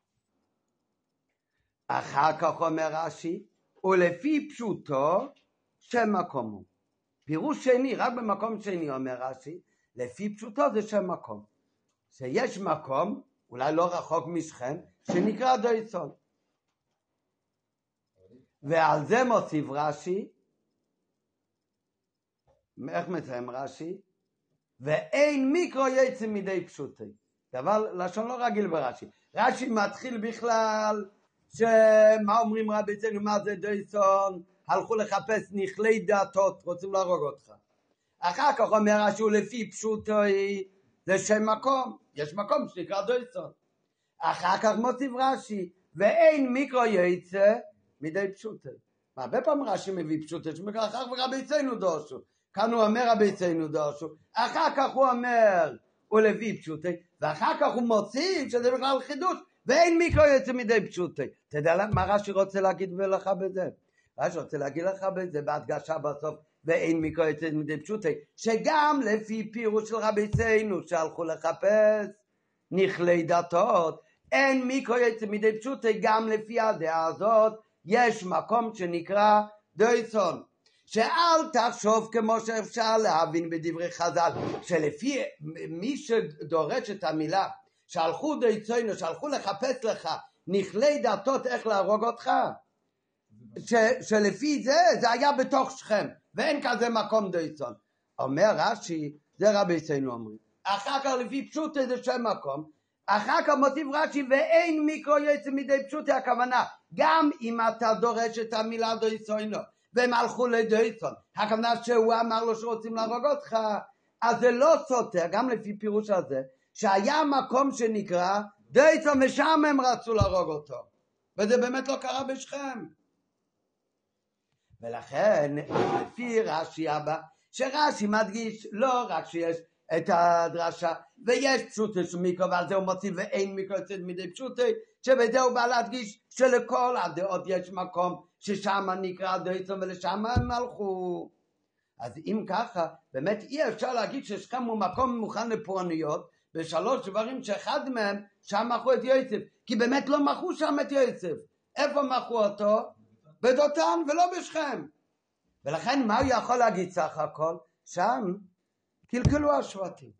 A: אחר כך אומר רש"י, ולפי פשוטו שם מקום הוא. פירוש שני, רק במקום שני אומר רש"י, לפי פשוטו זה שם מקום. שיש מקום, אולי לא רחוק משכם, שנקרא דויצון. ועל זה מוסיף רש"י, איך מסיים רש"י? ואין מיקרו יצא מדי פשוטי. דבר לשון לא רגיל ברש"י. רש"י מתחיל בכלל, שמה אומרים רבי אצלנו, מה זה דויצון? הלכו לחפש נכלי דתות, רוצים להרוג אותך. אחר כך אומר רש"י, לפי פשוטי, זה שם מקום, יש מקום שנקרא דויצון. אחר כך מוסיף רש"י, ואין מיקרו יצא מדי פשוטי. הרבה פעמים רש"י מביא פשוטי, שמקרא אחר כך רבי אצלנו דורשו. כאן הוא אומר רבי אצלנו דורשו, אחר כך הוא אומר ולפי פשוטי, ואחר כך הוא מוסיף שזה בכלל חידוש, ואין מיקרו יוצא מדי פשוטי. אתה יודע מה רש"י רוצה להגיד לך בזה? רש"י רוצה להגיד לך בזה בהדגשה בסוף, ואין מיקרו יוצא מדי פשוטי, שגם לפי פירוש של רבינו שהלכו לחפש נכלי דתות, אין מיקרו יוצא מדי פשוטי, גם לפי הדעה הזאת יש מקום שנקרא דויסון. שאל תחשוב כמו שאפשר להבין בדברי חז"ל, שלפי מי שדורש את המילה שהלכו דויסון, שהלכו לחפש לך נכלי דתות איך להרוג אותך, שלפי זה היה בתוך שכם ואין כזה מקום דויסון. אומר רש"י, זה רבינו אומרים, אחר כך לפי פשוטי זה שם מקום, אחר כך מוסיף רש"י ואין מיקרו יוצא מדי פשוטי, הכוונה גם אם אתה דורש את המילה דויסון והם הלכו לדויסון, הכוונה שהוא אמר לו שרוצים להרוג אותך, אז זה לא סותר, גם לפי פירוש הזה, שהיה מקום שנקרא דויסון ושם הם רצו להרוג אותו, וזה באמת לא קרה בשכם. ולכן לפי רש"י הבא, שרש"י מדגיש לא רק שיש את הדרשה ויש פשוטי של מיקרו, ועל זה הוא מוסיף ואין מיקרו יוצא מדי פשוטי, שבזה הוא בא להדגיש שלכל הדעות יש מקום ששם נקרא דויסון ולשם הם הלכו. אז אם ככה, באמת אי אפשר להגיד ששכם הוא מקום מוכן לפורענויות, בשלוש דברים שאחד מהם שם מכו את יוסף, כי באמת לא מכו שם את יוסף. איפה מכו אותו? בדותן ולא בשכם. ולכן מה הוא יכול להגיד סך הכל? שם קלקלו השבטים,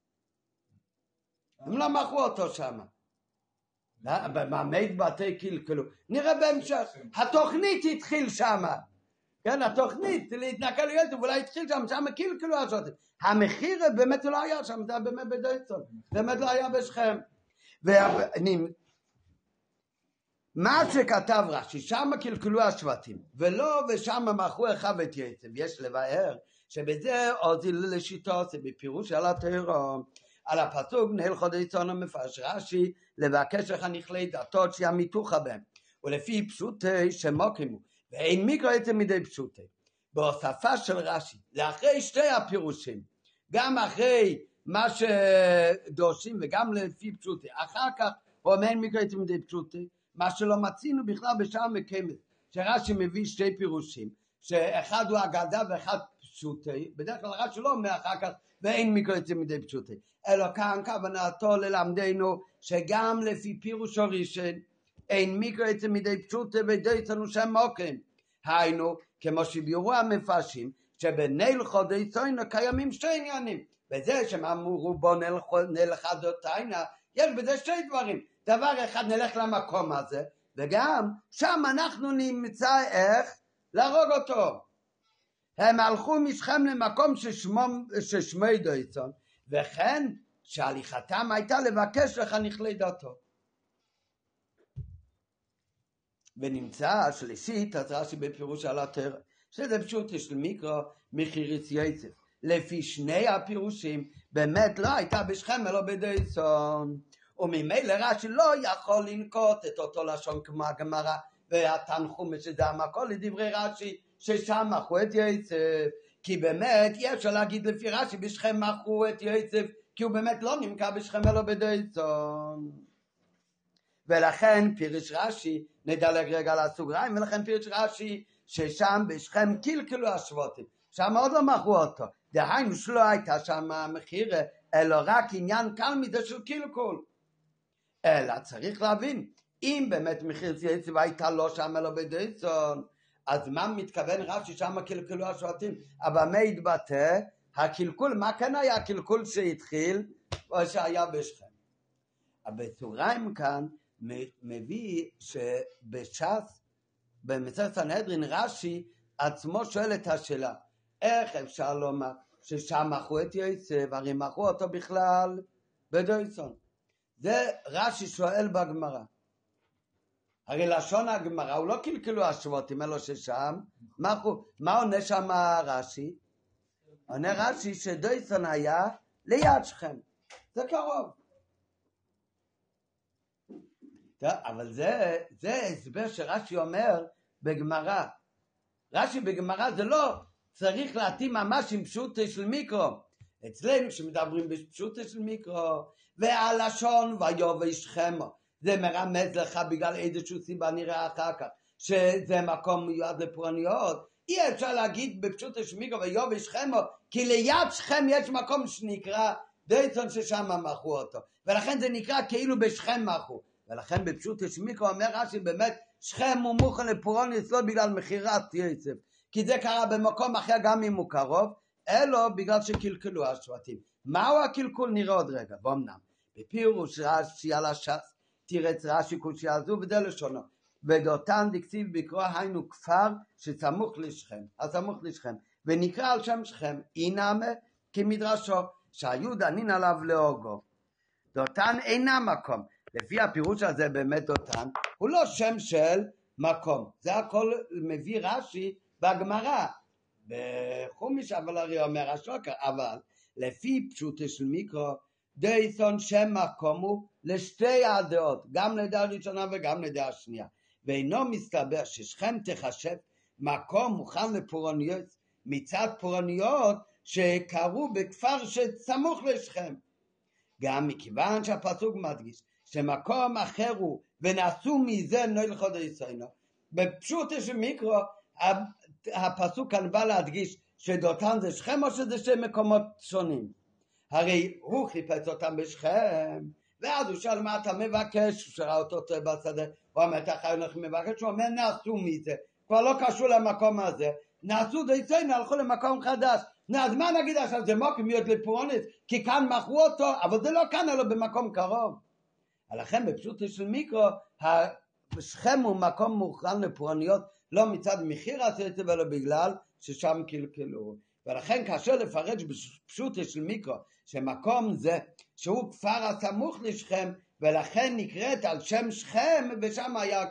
A: הם לא מכו אותו שם. במעמד בתי קלקלו, נראה בהמשך, התוכנית התחיל שם, כן, התוכנית להתנכל ליוסף אולי התחיל שם קלקלו השבטים. המחיר באמת לא היה שם, זה היה באמת בדויסון, באמת לא היה בשכם. מה שכתב רש"י, שם קלקלו השבטים ולא ושם מכו אחיו את יוסף, יש לבאר שבזה הוזיל לשיטות בפירוש על התורה, על הפסוק נהלכו דויסון מפרש רש"י לבקש לך נכלי דתות שימיתוך בהם, ולפי פשוטי שמוקימו ואין מיקרו יוצא מדי פשוטי. בהוספה של רש"י לאחרי שתי הפירושים, גם אחרי מה שדורשים וגם לפי פשוטי, אחר כך הוא אומר אין מיקרו יוצא מדי פשוטי, מה שלא מצינו בכלל בשעה מקיימת, שרש"י מביא שתי פירושים, שאחד הוא אגדה ואחד פשוטי, בדרך כלל רש"י לא אומר אחר כך ואין מיקרו יוצא מדי פשוטי, אלא כאן כוונתו ללמדנו שגם לפי פירוש הראשון אין מיקרו יוצא מדי פשוטי ודויסון הוא שם מוקים, היינו כמו שביארו המפרשים שבנהלכו דויסון קיימים שתי עניינים, בזה שהם אמרו בוא נלכה דותיינה, יש בזה שתי דברים, דבר אחד נלך למקום הזה, וגם שם אנחנו נמצא איך להרוג אותו. הם הלכו משכם למקום ששמו דויסון, וכן שהליכתם הייתה לבקש לך נכלי דתו. ונמצא השלישית, אז רש"י בפירוש על התורה, שזה פשוט של מיקרו מחיריס יוסף. לפי שני הפירושים, באמת לא הייתה בשכם אלא בדויסון. וממילא רש"י לא יכול לנקוט את אותו לשון כמו הגמרא והתנחום שזה המקור לדברי רש"י ששם מכו את יוסף, כי באמת אי אפשר להגיד לפי רש"י בשכם מכו את יוסף, כי הוא באמת לא נמכר בשכם אלא בדויסון. ולכן פירוש רש"י, נדלג רגע לסוגריים, ולכן פירוש רש"י ששם בשכם קלקלו השבטים, שם עוד לא מכו אותו, דהיינו שלא הייתה שם המחיר אלא רק עניין קל מזה של קלקול. אלא צריך להבין, אם באמת מחיר יוסף הייתה לא שם אלא בדויסון, אז מה מתכוון רש"י שם קלקלו השבטים? אבל מה התבטא? הקלקול, מה כאן היה הקלקול שהתחיל או שהיה בשכם? בסוגריים כאן מביא שבש"ס, במסכת סנהדרין, רש"י עצמו שואל את השאלה, איך אפשר לומר ששם מכו את יוסף, הרי מכו אותו בכלל בדויסון. זה רש"י שואל בגמרא. הרי לשון הגמרא הוא לא קלקלו השבטים אלא ששם מכו. מה עונה שם רש"י? עונה רש"י שדויסון היה ליד שכם, זה קרוב. אבל זה הסבר שרש"י אומר בגמרא. רש"י בגמרא זה לא צריך להתאים ממש עם פשוטי של מיקרו. אצלנו שמדברים בפשוטי של מיקרו, והלשון ויובש שכם, זה מרמז לך בגלל איזושהי סיבה נראה אחר כך, שזה מקום מיועד לפורעניות. אי אפשר להגיד בפשוט שמיגו ויובי שכמו, כי ליד שכם יש מקום שנקרא דייסון ששם מחו אותו, ולכן זה נקרא כאילו בשכם מחו, ולכן בפשוט שמיגו אומר רש"י באמת שכם הוא מוכן לפורעניות לא בגלל מחירת יוסף, כי זה קרה במקום אחר גם אם הוא קרוב, אלא בגלל שקלקלו השבטים. מהו הקלקול? נראה עוד רגע. באמנם בפירוש רש"י על הש"ס תירץ רש"י קושיה זו וזה לשונו, ודותן דכתיב בקרוא היינו כפר שסמוך לשכם, הסמוך לשכם, ונקרא על שם שכם אינמה כמדרשו שהיו דנין עליו להוגו. דותן אינה מקום, לפי הפירוש הזה באמת דותן הוא לא שם של מקום, זה הכל מביא רש"י בגמרא בחומיש, אבל הרי אומר השוקר, אבל לפי פשוטו של מיקרו דייסון שם מקום הוא לשתי הדעות, גם לדעה הראשונה וגם לדעה השנייה, ואינו מסתבר ששכם תחשב מקום מוכן לפורעניות מצד פורעניות שקרו בכפר שסמוך לשכם, גם מכיוון שהפסוק מדגיש שמקום אחר הוא ונעשו מזה נויל חודשיינו, בפשוטו של מיקרו הפסוק כאן בא להדגיש שדותן זה שכם או שזה שתי מקומות שונים. הרי הוא חיפש אותם בשכם, ואז הוא שאל מה אתה מבקש, הוא שראה אותו בשדה, הוא אומר אתה חייך מבקש, הוא אומר נעשו מזה, כבר לא קשור למקום הזה, נעשו דייסיינו, הלכו למקום חדש. אז מה נגיד עכשיו, זה מוקם להיות לפורעניות, כי כאן מכרו אותו, אבל זה לא כאן אלא במקום קרוב. לכן בפשוטו של מיקרו, שכם הוא מקום מוכן לפורעניות, לא מצד מחיר הסרט, אלא בגלל ששם קלקלו. ולכן כאשר לפרש בפשוטו של מיקרו, שמקום זה, שהוא כפר הסמוך לשכם, ולכן נקראת על שם שכם, ושם היה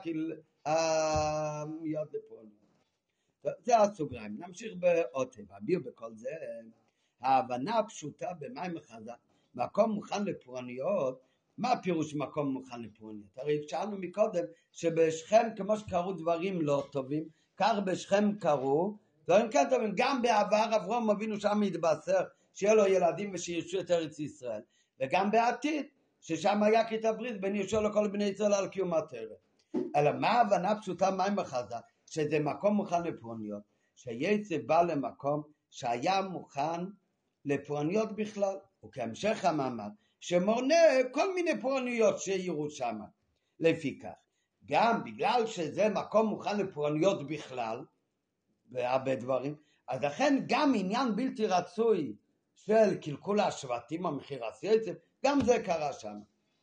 A: מיד לפורעניות. זה הסוגריים. נמשיך בעוד תבביר בכל זה. ההבנה הפשוטה במים חז"ל, מקום מוכן לפורעניות, מה הפירוש מקום מוכן לפורעניות? הרי שאלנו מקודם שבשכם כמו שקרו דברים לא טובים, כך בשכם קרו דברים כן טובים. גם בעבר אברהם אבינו שם התבשר שיהיה לו ילדים ושירשו את ארץ ישראל, וגם בעתיד ששם היה כרת הברית בין יהושע לכל בני ישראל על קיום התורה. אלא מה ההבנה פשוטה מים חז"ל? שזה מקום מוכן לפורעניות, שיצא בא למקום שהיה מוכן לפורעניות בכלל, וכהמשך המאמר שמונה כל מיני פורענויות שיראו שם. לפי כך גם בגלל שזה מקום מוכן לפורענויות בכלל והרבה דברים, אז לכן גם עניין בלתי רצוי של קלקול השבטים המחיר הסייצב, גם זה קרה שם.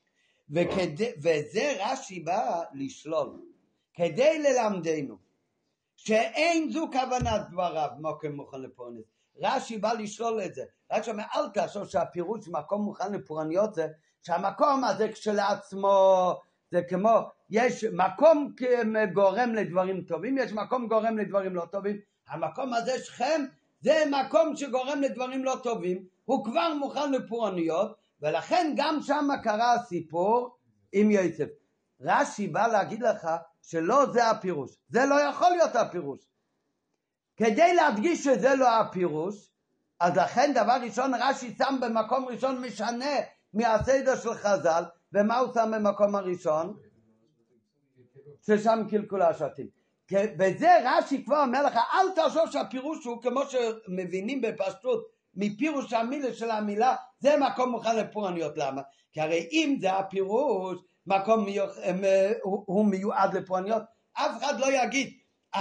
A: וזה רש"י בא לשלול כדי ללמדנו שאין זו כוונת דבריו מקום מוכן לפורעניות. רש"י בא לשלול את זה. רש"י אומר אל תחשוב שהפירוש מקום מוכן לפורעניות זה שהמקום הזה כשלעצמו זה כמו יש מקום גורם לדברים טובים, יש מקום גורם לדברים לא טובים. המקום הזה שכם זה מקום שגורם לדברים לא טובים, הוא כבר מוכן לפורעניות, ולכן גם שם קרה הסיפור עם יוסף. רש"י בא להגיד לך שלא זה הפירוש, זה לא יכול להיות הפירוש. כדי להדגיש שזה לא הפירוש, אז לכן דבר ראשון רש"י שם במקום ראשון משנה מהסדר של חז"ל, ומה הוא שם במקום הראשון? ששם קלקול השבטים. בזה רש"י כבר אומר לך אל תחשוב שהפירוש הוא כמו שמבינים בפשטות מפירוש המילה של המילה זה מקום מוכן לפורעניות. למה? כי הרי אם זה הפירוש מקום הוא מיועד לפורעניות, אף אחד לא יגיד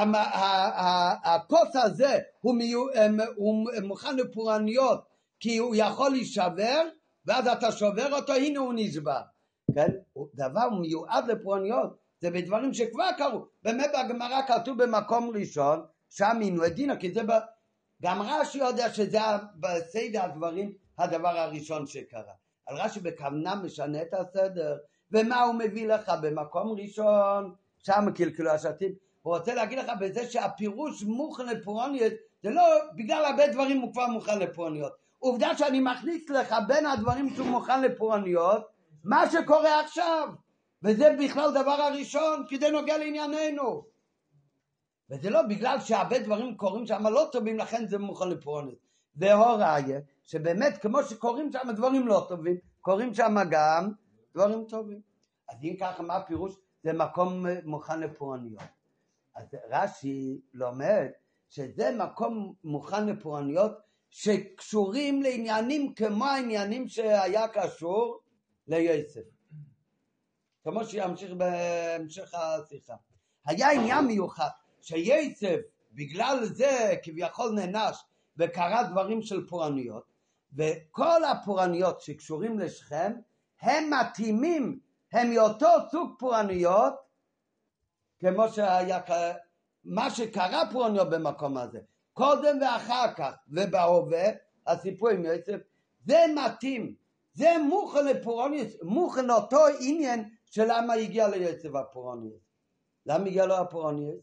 A: הכוס הזה הוא מוכן לפורעניות כי הוא יכול להישבר, ואז אתה שובר אותו, הנה הוא נשבר. כן? דבר מיועד לפורעניות זה בדברים שכבר קרו. באמת בגמרא כתוב במקום ראשון שם אינו הדינה, כי זה גם רש"י יודע שזה בסדר הדברים הדבר הראשון שקרה. על רש"י בכוונה משנה את הסדר, ומה הוא מביא לך במקום ראשון שם קלקלו השבטים. הוא רוצה להגיד לך בזה שהפירוש מוכן לפורעניות זה לא בגלל הרבה דברים הוא כבר מוכן לפורעניות. עובדה שאני מכניס לך בין הדברים שהוא מוכן לפורעניות מה שקורה עכשיו, וזה בכלל דבר הראשון כדי נוגע לענייננו, וזה לא בגלל שהרבה דברים קורים שם לא טובים לכן זה מוכן לפורעניות. זה הוראיה שבאמת כמו שקורים שם דברים לא טובים קורים שם גם דברים טובים. אז אם ככה, מה הפירוש? זה מקום מוכן לפורעניות. אז רש"י לומד שזה מקום מוכן לפורעניות שקשורים לעניינים כמו העניינים שהיה קשור ליוסף. כמו שימשיך בהמשך השיחה. היה עניין מיוחד שיוסף בגלל זה כביכול נענש וקרה דברים של פורעניות, וכל הפורעניות שקשורים לשכם הם מתאימים, הם מאותו סוג פורעניות כמו שהיה, מה שקרה פורעניות במקום הזה קודם ואחר כך ובהווה, הסיפור עם יוסף, זה מתאים, זה מוכן לפורעניות, מוכן אותו עניין של למה הגיע ליוסף הפורעניות. למה הגיע לו הפורעניות?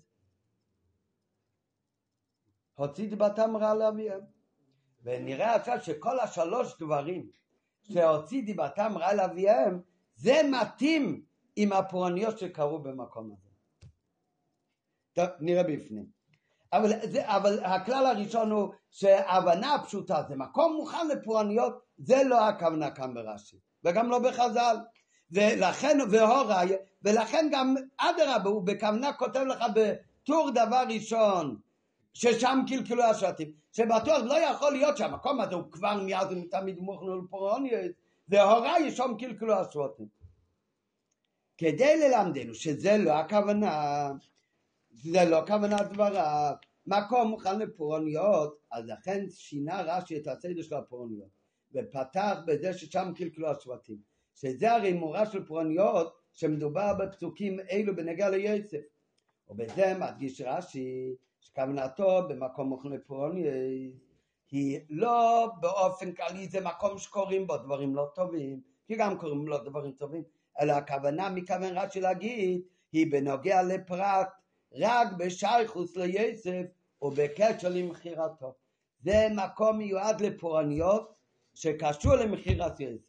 A: הוציא דיבתם רע לאביהם. ונראה עכשיו שכל השלוש דברים שהוציא דיבתם רע לאביהם, זה מתאים עם הפורעניות שקרו במקום הזה. טוב, נראה בפנים. אבל הכלל הראשון הוא שההבנה הפשוטה זה מקום מוכן לפורעניות, זה לא הכוונה כאן ברש"י, וגם לא בחז"ל. ולכן והוראי, ולכן גם אדרבה הוא בכוונה כותב לך בטור דבר ראשון ששם קלקלו השבטים, שבטוח לא יכול להיות שהמקום הזה הוא כבר מיד תמיד מוכן לפורעניות, והוראי שם קלקלו השבטים. כדי ללמדנו שזה לא הכוונה, זה לא כוונה דבריו, מקום מוכן לפורעניות, אז לכן שינה רש"י את הסדר של הפורעניות ופתח בזה ששם קלקלו השבטים, שזה הרי מורה של פורעניות שמדובר בפסוקים אלו בנגע ליוסף. ובזה מדגיש רש"י שכוונתו במקום מוכן לפורעניות היא לא באופן כללי זה מקום שקוראים בו דברים לא טובים, כי גם קוראים לו דברים טובים, אלא הכוונה מכוון רש"י להגיד היא בנוגע לפרט רק בשייכות ליוסף ובקשר למכירתו. זה מקום מיועד לפורעניות שקשור למכירת יוסף.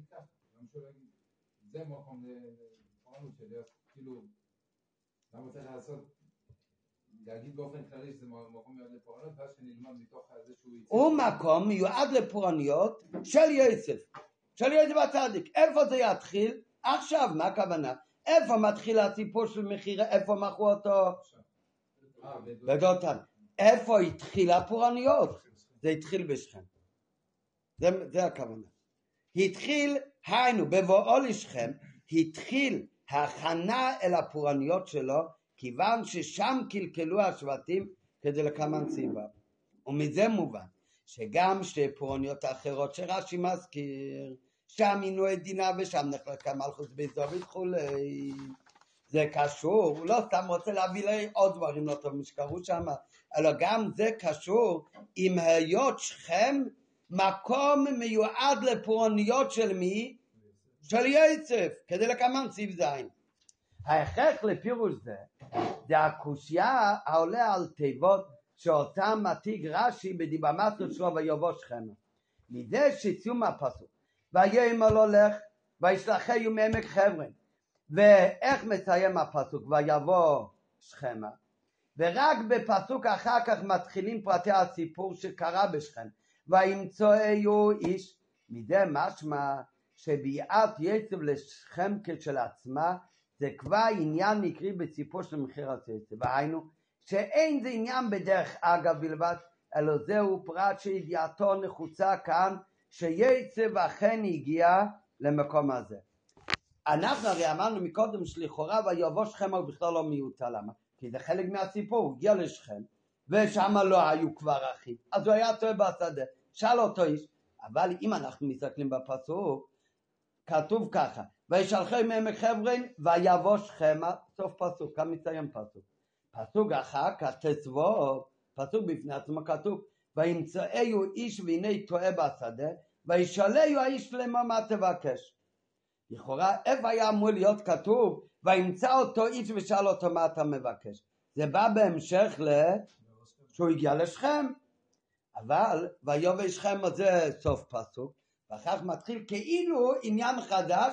B: זה מקום לפורענות של כאילו, למה צריך לעשות, להגיד באופן כללי שזה מקום מיועד לפורענות, ואז שנלמד מתוך זה שהוא יצא.
A: הוא מקום מיועד לפורעניות של יוסף, של יוסף הצדיק. איפה זה יתחיל? עכשיו, מה הכוונה? איפה מתחיל הסיפור של מכירה, איפה מכרו אותו? בדותן. איפה התחיל הפורעניות? זה התחיל בשכם. זה הכוונה. התחיל, היינו, בבואו לשכם, התחיל הכנה אל הפורעניות שלו, כיוון ששם קלקלו השבטים כדי לקמן סיבה. ומזה מובן, שגם שתי פורעניות האחרות שרש"י מזכיר, שם עינוי דינה ושם נחלקה מלכות בית דוד וכולי. זה קשור, הוא לא סתם רוצה להביא לי עוד דברים לא טובים שקרו שם, אלא גם זה קשור עם היות שכם מקום מיועד לפורעניות של מי? של יוסף, כדי לקמן סיב זין. ההכרח לפירוש זה הקושיה העולה על תיבות שאותם מתיג רש"י בדיבמתו שלו ויבוא שכמה. מזה שסיום הפסוק ויאמר הולך וישלחהו מעמק חברון, ואיך מסיים הפסוק ויבוא שכמה, ורק בפסוק אחר כך מתחילים פרטי הסיפור שקרה בשכם וימצאהו איש. מזה משמע שביאת יוסף לשכם כשלעצמה זה כבר עניין מקרי בסיפור של מכירת יוסף, והיינו שאין זה עניין בדרך אגב בלבד, אלא זהו פרט שידיעתו נחוצה כאן שיוסף אכן הגיע למקום הזה. אנחנו הרי אמרנו מקודם שלכאורה ויבוא שכם הוא בכלל לא מיותר. למה? כי זה חלק מהסיפור, הוא הגיע לשכם ושם לא היו כבר אחים, אז הוא היה טועה בשדה, שאל אותו איש. אבל אם אנחנו מסתכלים בפסוק כתוב ככה וישלחהו מעמק חברון ויבוא שכמה, סוף פסוק, כאן מסתיים פסוק. פסוק אחר כך תסבו, פסוק בפני עצמו כתוב וימצאהו איש והנה טועה בשדה וישאלהו האיש לאמור מה תבקש. לכאורה איפה היה אמור להיות כתוב וימצא אותו איש ושאל אותו מה אתה מבקש? זה בא בהמשך שהוא הגיע לשכם, אבל ויבוא שכם זה סוף פסוק, ואחר כך מתחיל כאילו עניין חדש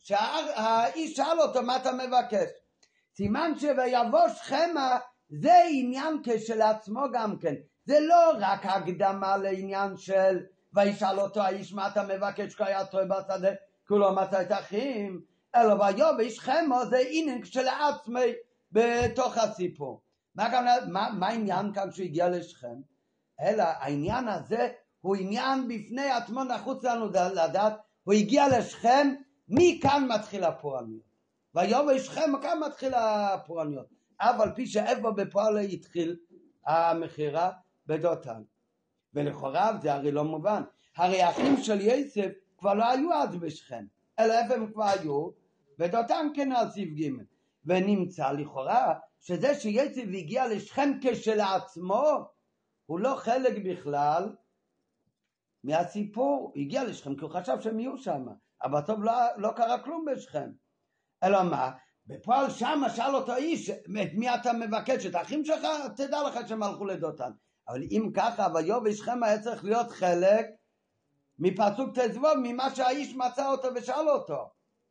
A: שהאיש שאל אותו מה אתה מבקש. סימן שויבוא שכמה זה עניין כשלעצמו גם כן, זה לא רק הקדמה לעניין של וישאל אותו האיש מה אתה מבקש כי היה טועה בשדה כי הוא לא מצא את אחים, אלא ויובש חמו זה עניין כשלעצמי בתוך הסיפור. מה העניין כאן שהוא הגיע לשכם? אלא העניין הזה הוא עניין בפני עצמו, נחוץ לנו לדעת, הוא הגיע לשכם, מכאן מתחיל הפורעניות. ויובש חמו, כאן מתחיל הפורעניות. אבל פי שאיפה בפועל התחיל המכירה בדותן. ולכאורה זה הרי לא מובן. הרי אחים של יוסף כבר לא היו אז בשכם, אלא איפה הם כבר היו? בדותן כן על סעיף ג'. ונמצא לכאורה שזה שיוסף הגיע לשכם כשלעצמו, הוא לא חלק בכלל מהסיפור. הוא הגיע לשכם כי הוא חשב שהם יהיו שם, אבל טוב לא קרה כלום בשכם. אלא מה? בפועל שם שאל אותו איש, את מי אתה מבקש? את האחים שלך? תדע לך שהם הלכו לדותן. אבל אם ככה, ויובש חמו היה צריך להיות חלק מפסוק תזבוב, ממה שהאיש מצא אותו ושאל אותו.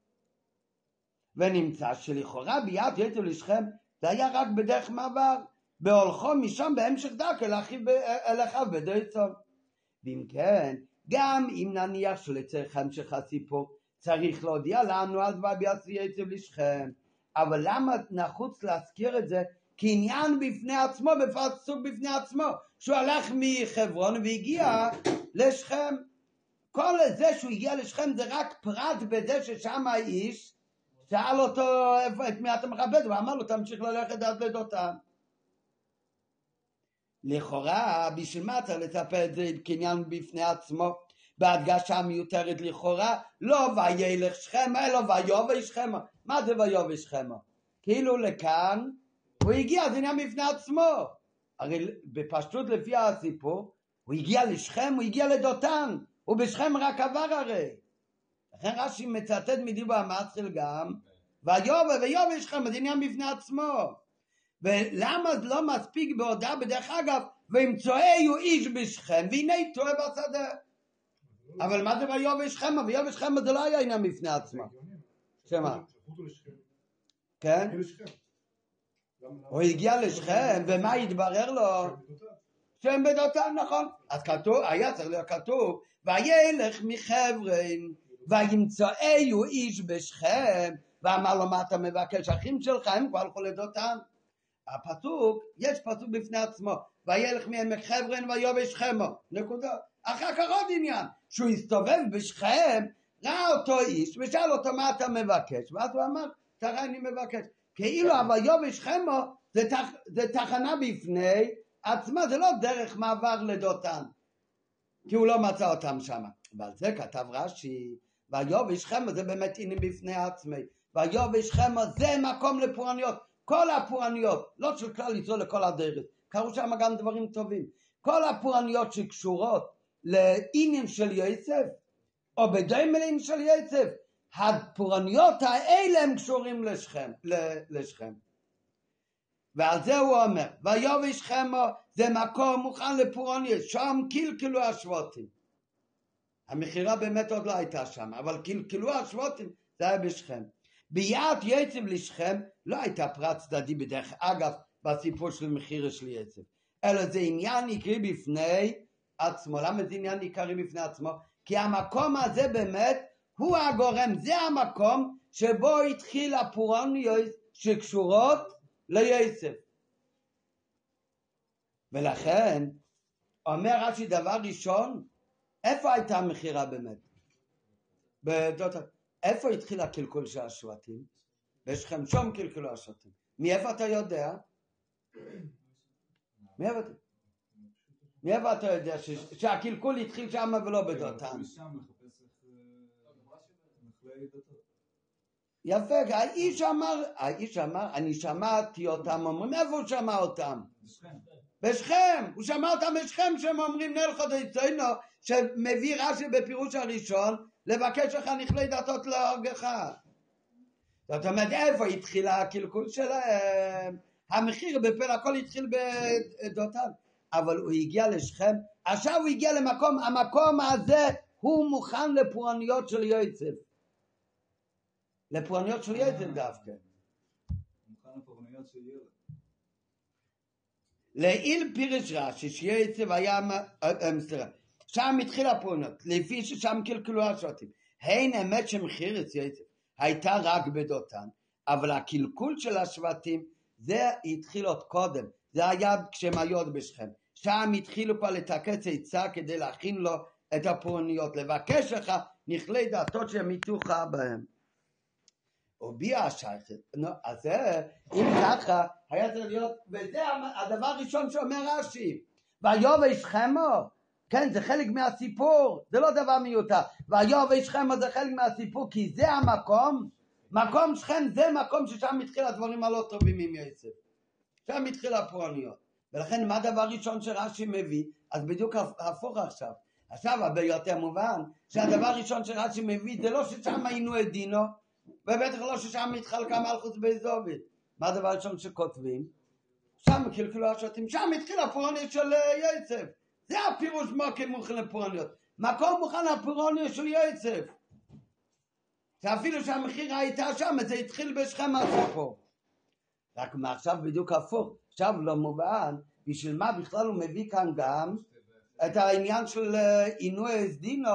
A: ונמצא שלכאורה ביאת יצא לשכם זה היה רק בדרך מעבר, בהולכו משם בהמשך דק אל אחיו בדויצון. ואם כן, גם אם נניח שלצריך המשך הסיפור צריך להודיע לנו אז ביאת יצא לשכם, אבל למה נחוץ להזכיר את זה כעניין בפני עצמו, בפסוק בפני עצמו, שהוא הלך מחברון והגיע לשכם? כל זה שהוא הגיע לשכם זה רק פרט בזה ששם האיש שאל אותו את מי אתה מכבד, ואמר לו תמשיך ללכת עד לדותן. לכאורה בשביל מה אתה לצפה את זה כעניין בפני עצמו? בהדגשה מיותרת לכאורה, לא וילך שכם אלא ויובש חמו. מה זה ויובש חמו? כאילו לכאן הוא הגיע, זה עניין בפני עצמו. הרי בפשטות לפי הסיפור הוא הגיע לשכם, הוא הגיע לדותן, הוא בשכם רק עבר הרי. לכן רש"י מצטט מדיבור המתחיל גם ויובש חמו, זה עניין בפני עצמו. ולמה לא מספיק בהודעה בדרך אגב וימצאהו איש בשכם והנה טועה בשדה? אבל מה זה ויובש חמו? ויובש חמו זה לא היה עניין בפני עצמו. שמה? כן? הוא הגיע לשכם ומה התברר לו? שהם בדותן, נכון. אז כתוב, היה צריך להיות כתוב וילך מחברון וימצאהו איש בשכם ואמר לו מה אתה מבקש? אחים שלך הם כבר הלכו לדותן. הפסוק, יש פסוק בפני עצמו וילך מחברון ויובש חמו, נקודה. אחר כך עוד עניין שהוא הסתובב בשכם, ראה אותו איש ושאל אותו מה אתה מבקש, ואז הוא אמר תראה אני מבקש. כאילו ויובש חמו זה תחנה בפני עצמה, זה לא דרך מעבר לדותן, כי הוא לא מצא אותם שם. ועל זה כתב רש"י ויובש חמו זה באמת עניין בפני עצמי. ויובש חמו זה מקום לפורעניות, כל הפורעניות, לא של כלל ישראל לכל הדרך, קראו שם גם דברים טובים. כל הפורעניות שקשורות לעניין של יוסף או בדומה של יוסף, הפורעניות האלה הם קשורים לשכם. ועל זה הוא אומר ויובש חמו זה מקום מוכן לפורעניות, שם קלקלו השבטים. המכירה באמת עוד לא הייתה שם, אבל קלקלו השבטים, זה היה בשכם. ביאת יצא לשכם לא הייתה פרט צדדי בדרך אגב בסיפור של מכירה של יצא, אלא זה עניין עיקרי בפני עצמו. למה זה עניין עיקרי בפני עצמו? כי המקום הזה באמת הוא הגורם, זה המקום שבו התחיל הפורעניות שקשורות ליוסף. ולכן אומר רש"י דבר ראשון, איפה הייתה המכירה באמת? איפה התחיל הקלקול של השבטים? בשכם שום קלקלו השבטים. מאיפה אתה יודע? מאיפה אתה יודע שהקלקול התחיל שם ולא בדותן? יפה, האיש אמר, אני שמעתי אותם אומרים, איפה הוא שמע אותם? בשכם, הוא שמע אותם בשכם שהם אומרים נל חודשנו, שמביא רש"י בפירוש הראשון, לבקש לך נכלי דתות להורגך. זאת אומרת, איפה התחילה הקלקול שלהם? המחיר בפל הכל התחיל בדותן, אבל הוא הגיע לשכם, עכשיו הוא הגיע למקום, המקום הזה הוא מוכן לפורעניות של יוסף. לפורעניות של יוסף דווקא.
B: מוכן לפורעניות של ילד.
A: לעיל פירש רש"י שיוסף היה, שם התחיל הפורעניות, לפי ששם קלקלו השבטים. הן אמת שמכירת יוסף. הייתה רק בדותן, אבל הקלקול של השבטים זה התחיל עוד קודם, זה היה כשהם היו עוד בשכם, שם התחילו כבר לתקץ עצה כדי להכין לו את הפורענויות, לבקש לך נכלי דעתות שמיתוך בהם. וביע השייכת, אז אם ככה היה צריך להיות, וזה הדבר הראשון שאומר רש"י, ויובש חמו, כן, זה חלק מהסיפור, זה לא דבר מיותר, ויובש חמו זה חלק מהסיפור, כי זה המקום, מקום שכם זה מקום ששם מתחיל הדברים הלא טובים עם יוסף, שם מתחיל הפורענויות, ולכן מה הדבר ראשון שרש"י מביא, אז בדיוק הפוך עכשיו הרבה יותר מובן, שהדבר ראשון שרש"י מביא, זה לא ששם היינו את דינו, ובטח לא ששם מתחלקה מלכות בית דוד. מה הדבר ראשון שכותבים? שם קלקלו השבטים, שם התחיל הפורעניות של יוסף. זה הפירוש מקום מוכן לפורעניות. מקום מוכן לפורעניות של יוסף. שאפילו שהמחיר הייתה שם, זה התחיל בשכם הסיפור. רק מעכשיו בדיוק הפוך. עכשיו לא מובן, בשביל מה בכלל הוא מביא כאן גם את העניין של עינוי דינו,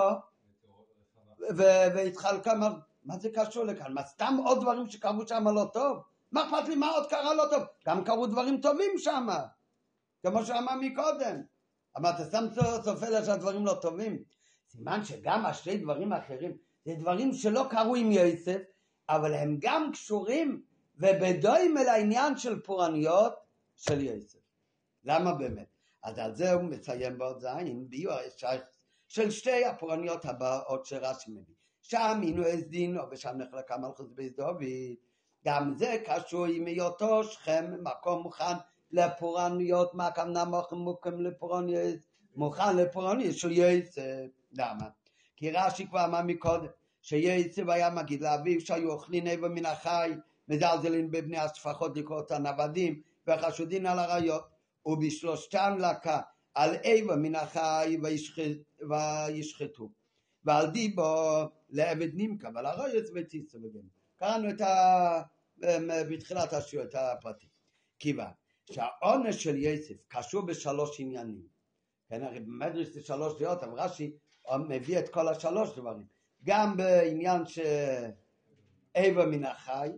A: והתחלקה, מה זה קשור לכאן? מה סתם עוד דברים שקרו שם לא טוב? מה אכפת לי מה עוד קרה לא טוב? גם קרו דברים טובים שם, כמו שאמר מקודם. אבל אתה שם סופל שהדברים לא טובים. סימן שגם השני דברים האחרים, זה דברים שלא קרו עם יוסף, אבל הם גם קשורים ובדויים אל העניין של פורעניות של יוסף. למה באמת? אז על זה הוא מציין בעוד זין, ביור של שתי הפורעניות הבאות שרש"י מביא. שם עינוי דינו ושם נחלקה מלכות בית דוד, גם זה קשור עם היותו שכם מקום מוכן לפורעניות, מה הכוונה מוכן לפורעניות? מוכן לפורעניות של יוסף. למה? כי רש"י כבר אמר מקודם שיוסף היה מגיד לאביו שהיו אוכלים איבר מן החי, מזלזלים בבני השפחות לקרוא אותם עבדים וחשודים על עריות, ובשלושתם לקה על איבר מן החי וישחטו, ועל דיבו לעבד נמכה, ועל עריות ותיסו בגן. קראנו בתחילת השיעור את הפרטים. כיוון שהעונש של יוסף קשור בשלוש עניינים. כן, הרי במדרש זה שלוש דעות, אבל רש"י מביא את כל השלוש דברים. גם בעניין שאיבר מן החי,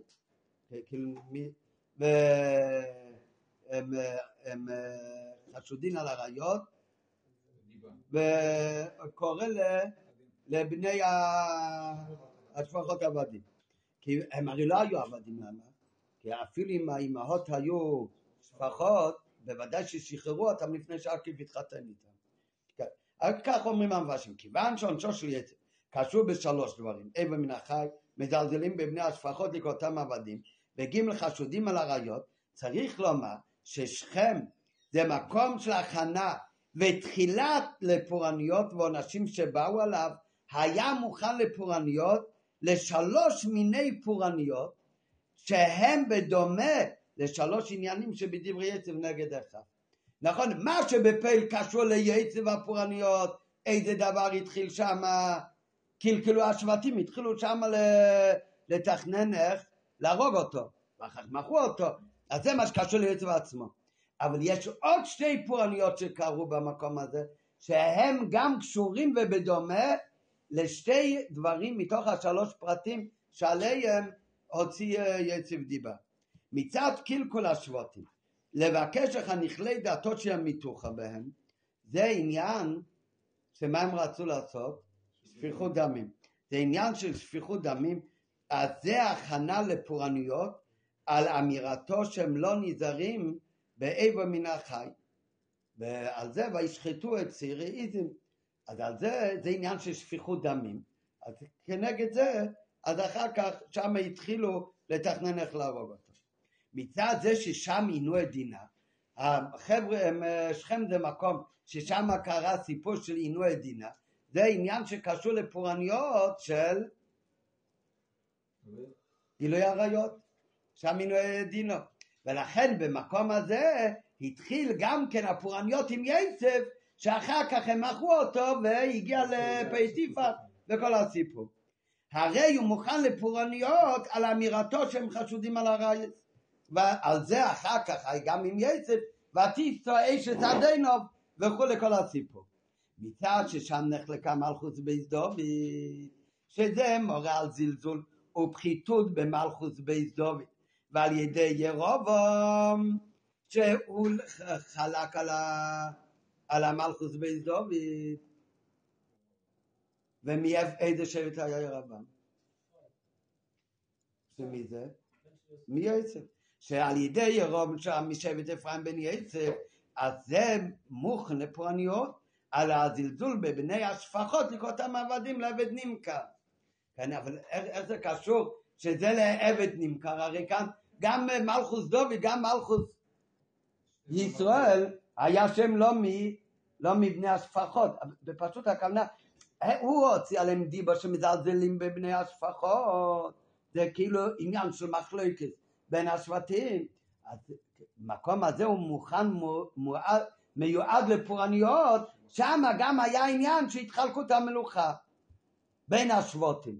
A: והם חשודים על עריות, וקורא לבני השפחות עבדים. כי הם הרי לא היו עבדים, למה? כי אפילו אם האימהות היו שפחות, בוודאי ששחררו אותם לפני שעקיף התחתן איתם. כן. כך אומרים המפרשים, כיוון שעונשו של יצר קשור בשלוש דברים, איבר מן החי, מזלזלים בבני השפחות לקרוא אותם עבדים, וגימל חשודים על עריות, צריך לומר ששכם זה מקום של הכנה ותחילת לפורעניות, ועונשים שבאו עליו היה מוכן לפורעניות, לשלוש מיני פורעניות שהם בדומה לשלוש עניינים שבדברי יצב נגד אחד. נכון, מה שבפעיל קשור ליצב הפורעניות, איזה דבר התחיל שם, קלקלו השבטים, התחילו שם לתכנן איך להרוג אותו, ואחר מכרו אותו, אז זה מה שקשור ליצב עצמו. אבל יש עוד שתי פורעניות שקרו במקום הזה, שהם גם קשורים ובדומה לשתי דברים מתוך השלוש פרטים שעליהם הוציא יצב דיבה. מצד קלקול השבטים, לבקש לך נכלי דעתות שהם מיתוך בהם, זה עניין שמה הם רצו לעשות? שפיכות דמים. זה עניין של שפיכות דמים, אז זה הכנה לפורעניות על אמירתו שהם לא נזהרים באיבר מן החי. ועל זה וישחטו את ציריזם. אז על זה עניין של שפיכות דמים. אז כנגד זה, אז אחר כך שם התחילו לתכנן איך להרוג אותו. מצד זה ששם עינו את דינה, החבר'ה, שכם זה מקום ששם קרה סיפור של עינו את דינה, זה עניין שקשור לפורעניות של גילוי עריות, שם עינו את דינו. ולכן במקום הזה התחיל גם כן הפורעניות עם יצב, שאחר כך הם מכרו אותו והגיע לפייטיפה וכל הסיפור. הרי הוא מוכן לפורעניות על אמירתו שהם חשודים על הרייס, ועל זה אחר כך גם עם יצב ותיסו אשת עדינוב וכו' לכל הסיפור. מצד ששם נחלקה מלכות בית דוד, שזה מורה על זלזול ופחיתות במלכוס בית דוד, ועל ידי ירובעם שהוא חלק על המלכוס בית דוד. ומאיזה שבט היה ירבעם? שמי זה? מיועצב. שעל ידי ירובעם שם משבט אפרים בן יועצב, אז זה מוכן לפורעניות על הזלזול בבני השפחות לקרוא אותם עבדים לעבד נמכר. כן, אבל איך זה קשור שזה לעבד נמכר? הרי כאן גם מלכוס דוד, גם מלכוס ישראל היה שם לא מבני השפחות. בפשוט הכוונה, הוא הוציא עליהם דיבה שמזלזלים בבני השפחות. זה כאילו עניין של מחלוקת בין השבטים. אז המקום הזה הוא מוכן, מיועד לפורעניות, שם גם היה עניין שהתחלקו את המלוכה בין השבטים.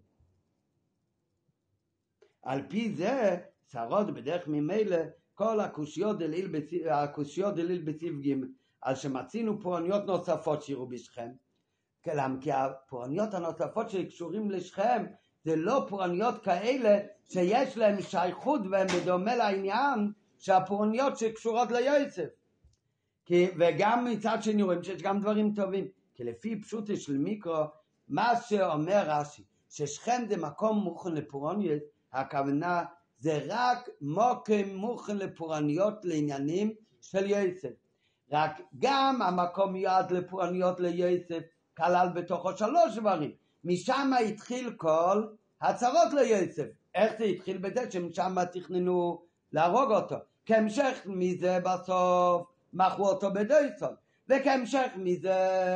A: על פי זה שרוד בדרך ממילא כל הקושיות דליל בסיף ג' על שמצינו פורעניות נוספות שירו בשכם. כי הפורעניות הנוספות שקשורים לשכם זה לא פורעניות כאלה שיש להם שייכות והם בדומה לעניין שהפורעניות שקשורות ליוסף. וגם מצד שני רואים שיש גם דברים טובים. כי לפי פשוטו של מיקרו, מה שאומר רש"י, ששכם זה מקום מוכן לפורעניות, הכוונה זה רק מוקם מוכן לפורעניות לעניינים של יוסף. רק גם המקום מיועד לפורעניות ליוסף כלל בתוכו 3 דברים. משם התחיל כל הצרות ליוסף. איך זה התחיל? בזה שמשם תכננו להרוג אותו. כהמשך מזה בסוף מכרו אותו בדויסון. וכהמשך מזה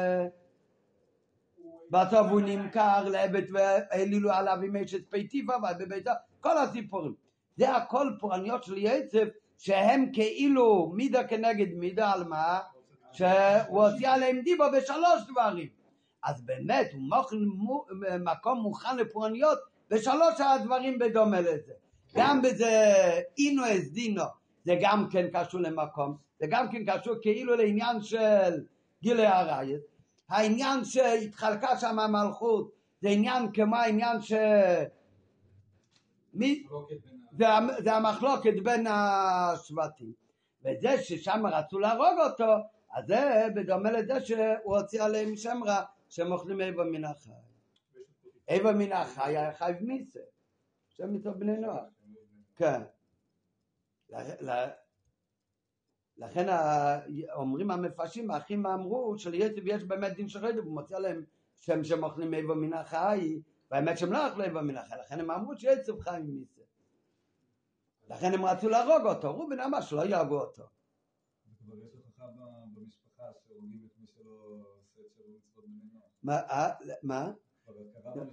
A: בסוף הוא נמכר לעבד והעלילו עליו עם אשת פיתיבה ובביתו. כל הסיפורים. זה הכל פורעניות של יוסף שהם כאילו מידה כנגד מידה על מה? שהוא הוציא עליהם דיבו ב3 דברים. אז באמת הוא מקום מוכן לפורעניות ב3 הדברים בדומה לזה. גם בזה אינו אסדינו, זה גם כן קשור למקום, זה גם כן קשור כאילו לעניין של גילי הרייס. העניין שהתחלקה שם המלכות, זה עניין כמו העניין זה המחלוקת בין השבטים. וזה ששם רצו להרוג אותו, אז זה בדומה לזה שהוא הוציא עליהם שם רע, שהם אוכלים איבר מן החי. איבר מן החי היה חייב מיסה, שם איתו בני נוח. כן. לכן אומרים המפרשים, האחים אמרו שליוסף יש באמת דין של רדף, הוא מוציא עליהם שם שהם אוכלים איבר מן החי, והאמת שהם לא אכלו איבר מן החי, לכן הם אמרו שיוסף חי מיסה. לכן הם רצו להרוג אותו, רובן אמר שלא יהרגו אותו.
B: אבל יש הוכחה במשפחה שהורגים את מי שלא עושה את שלו מצוות בני נוח.
A: מה?
B: אבל קרה במשפחה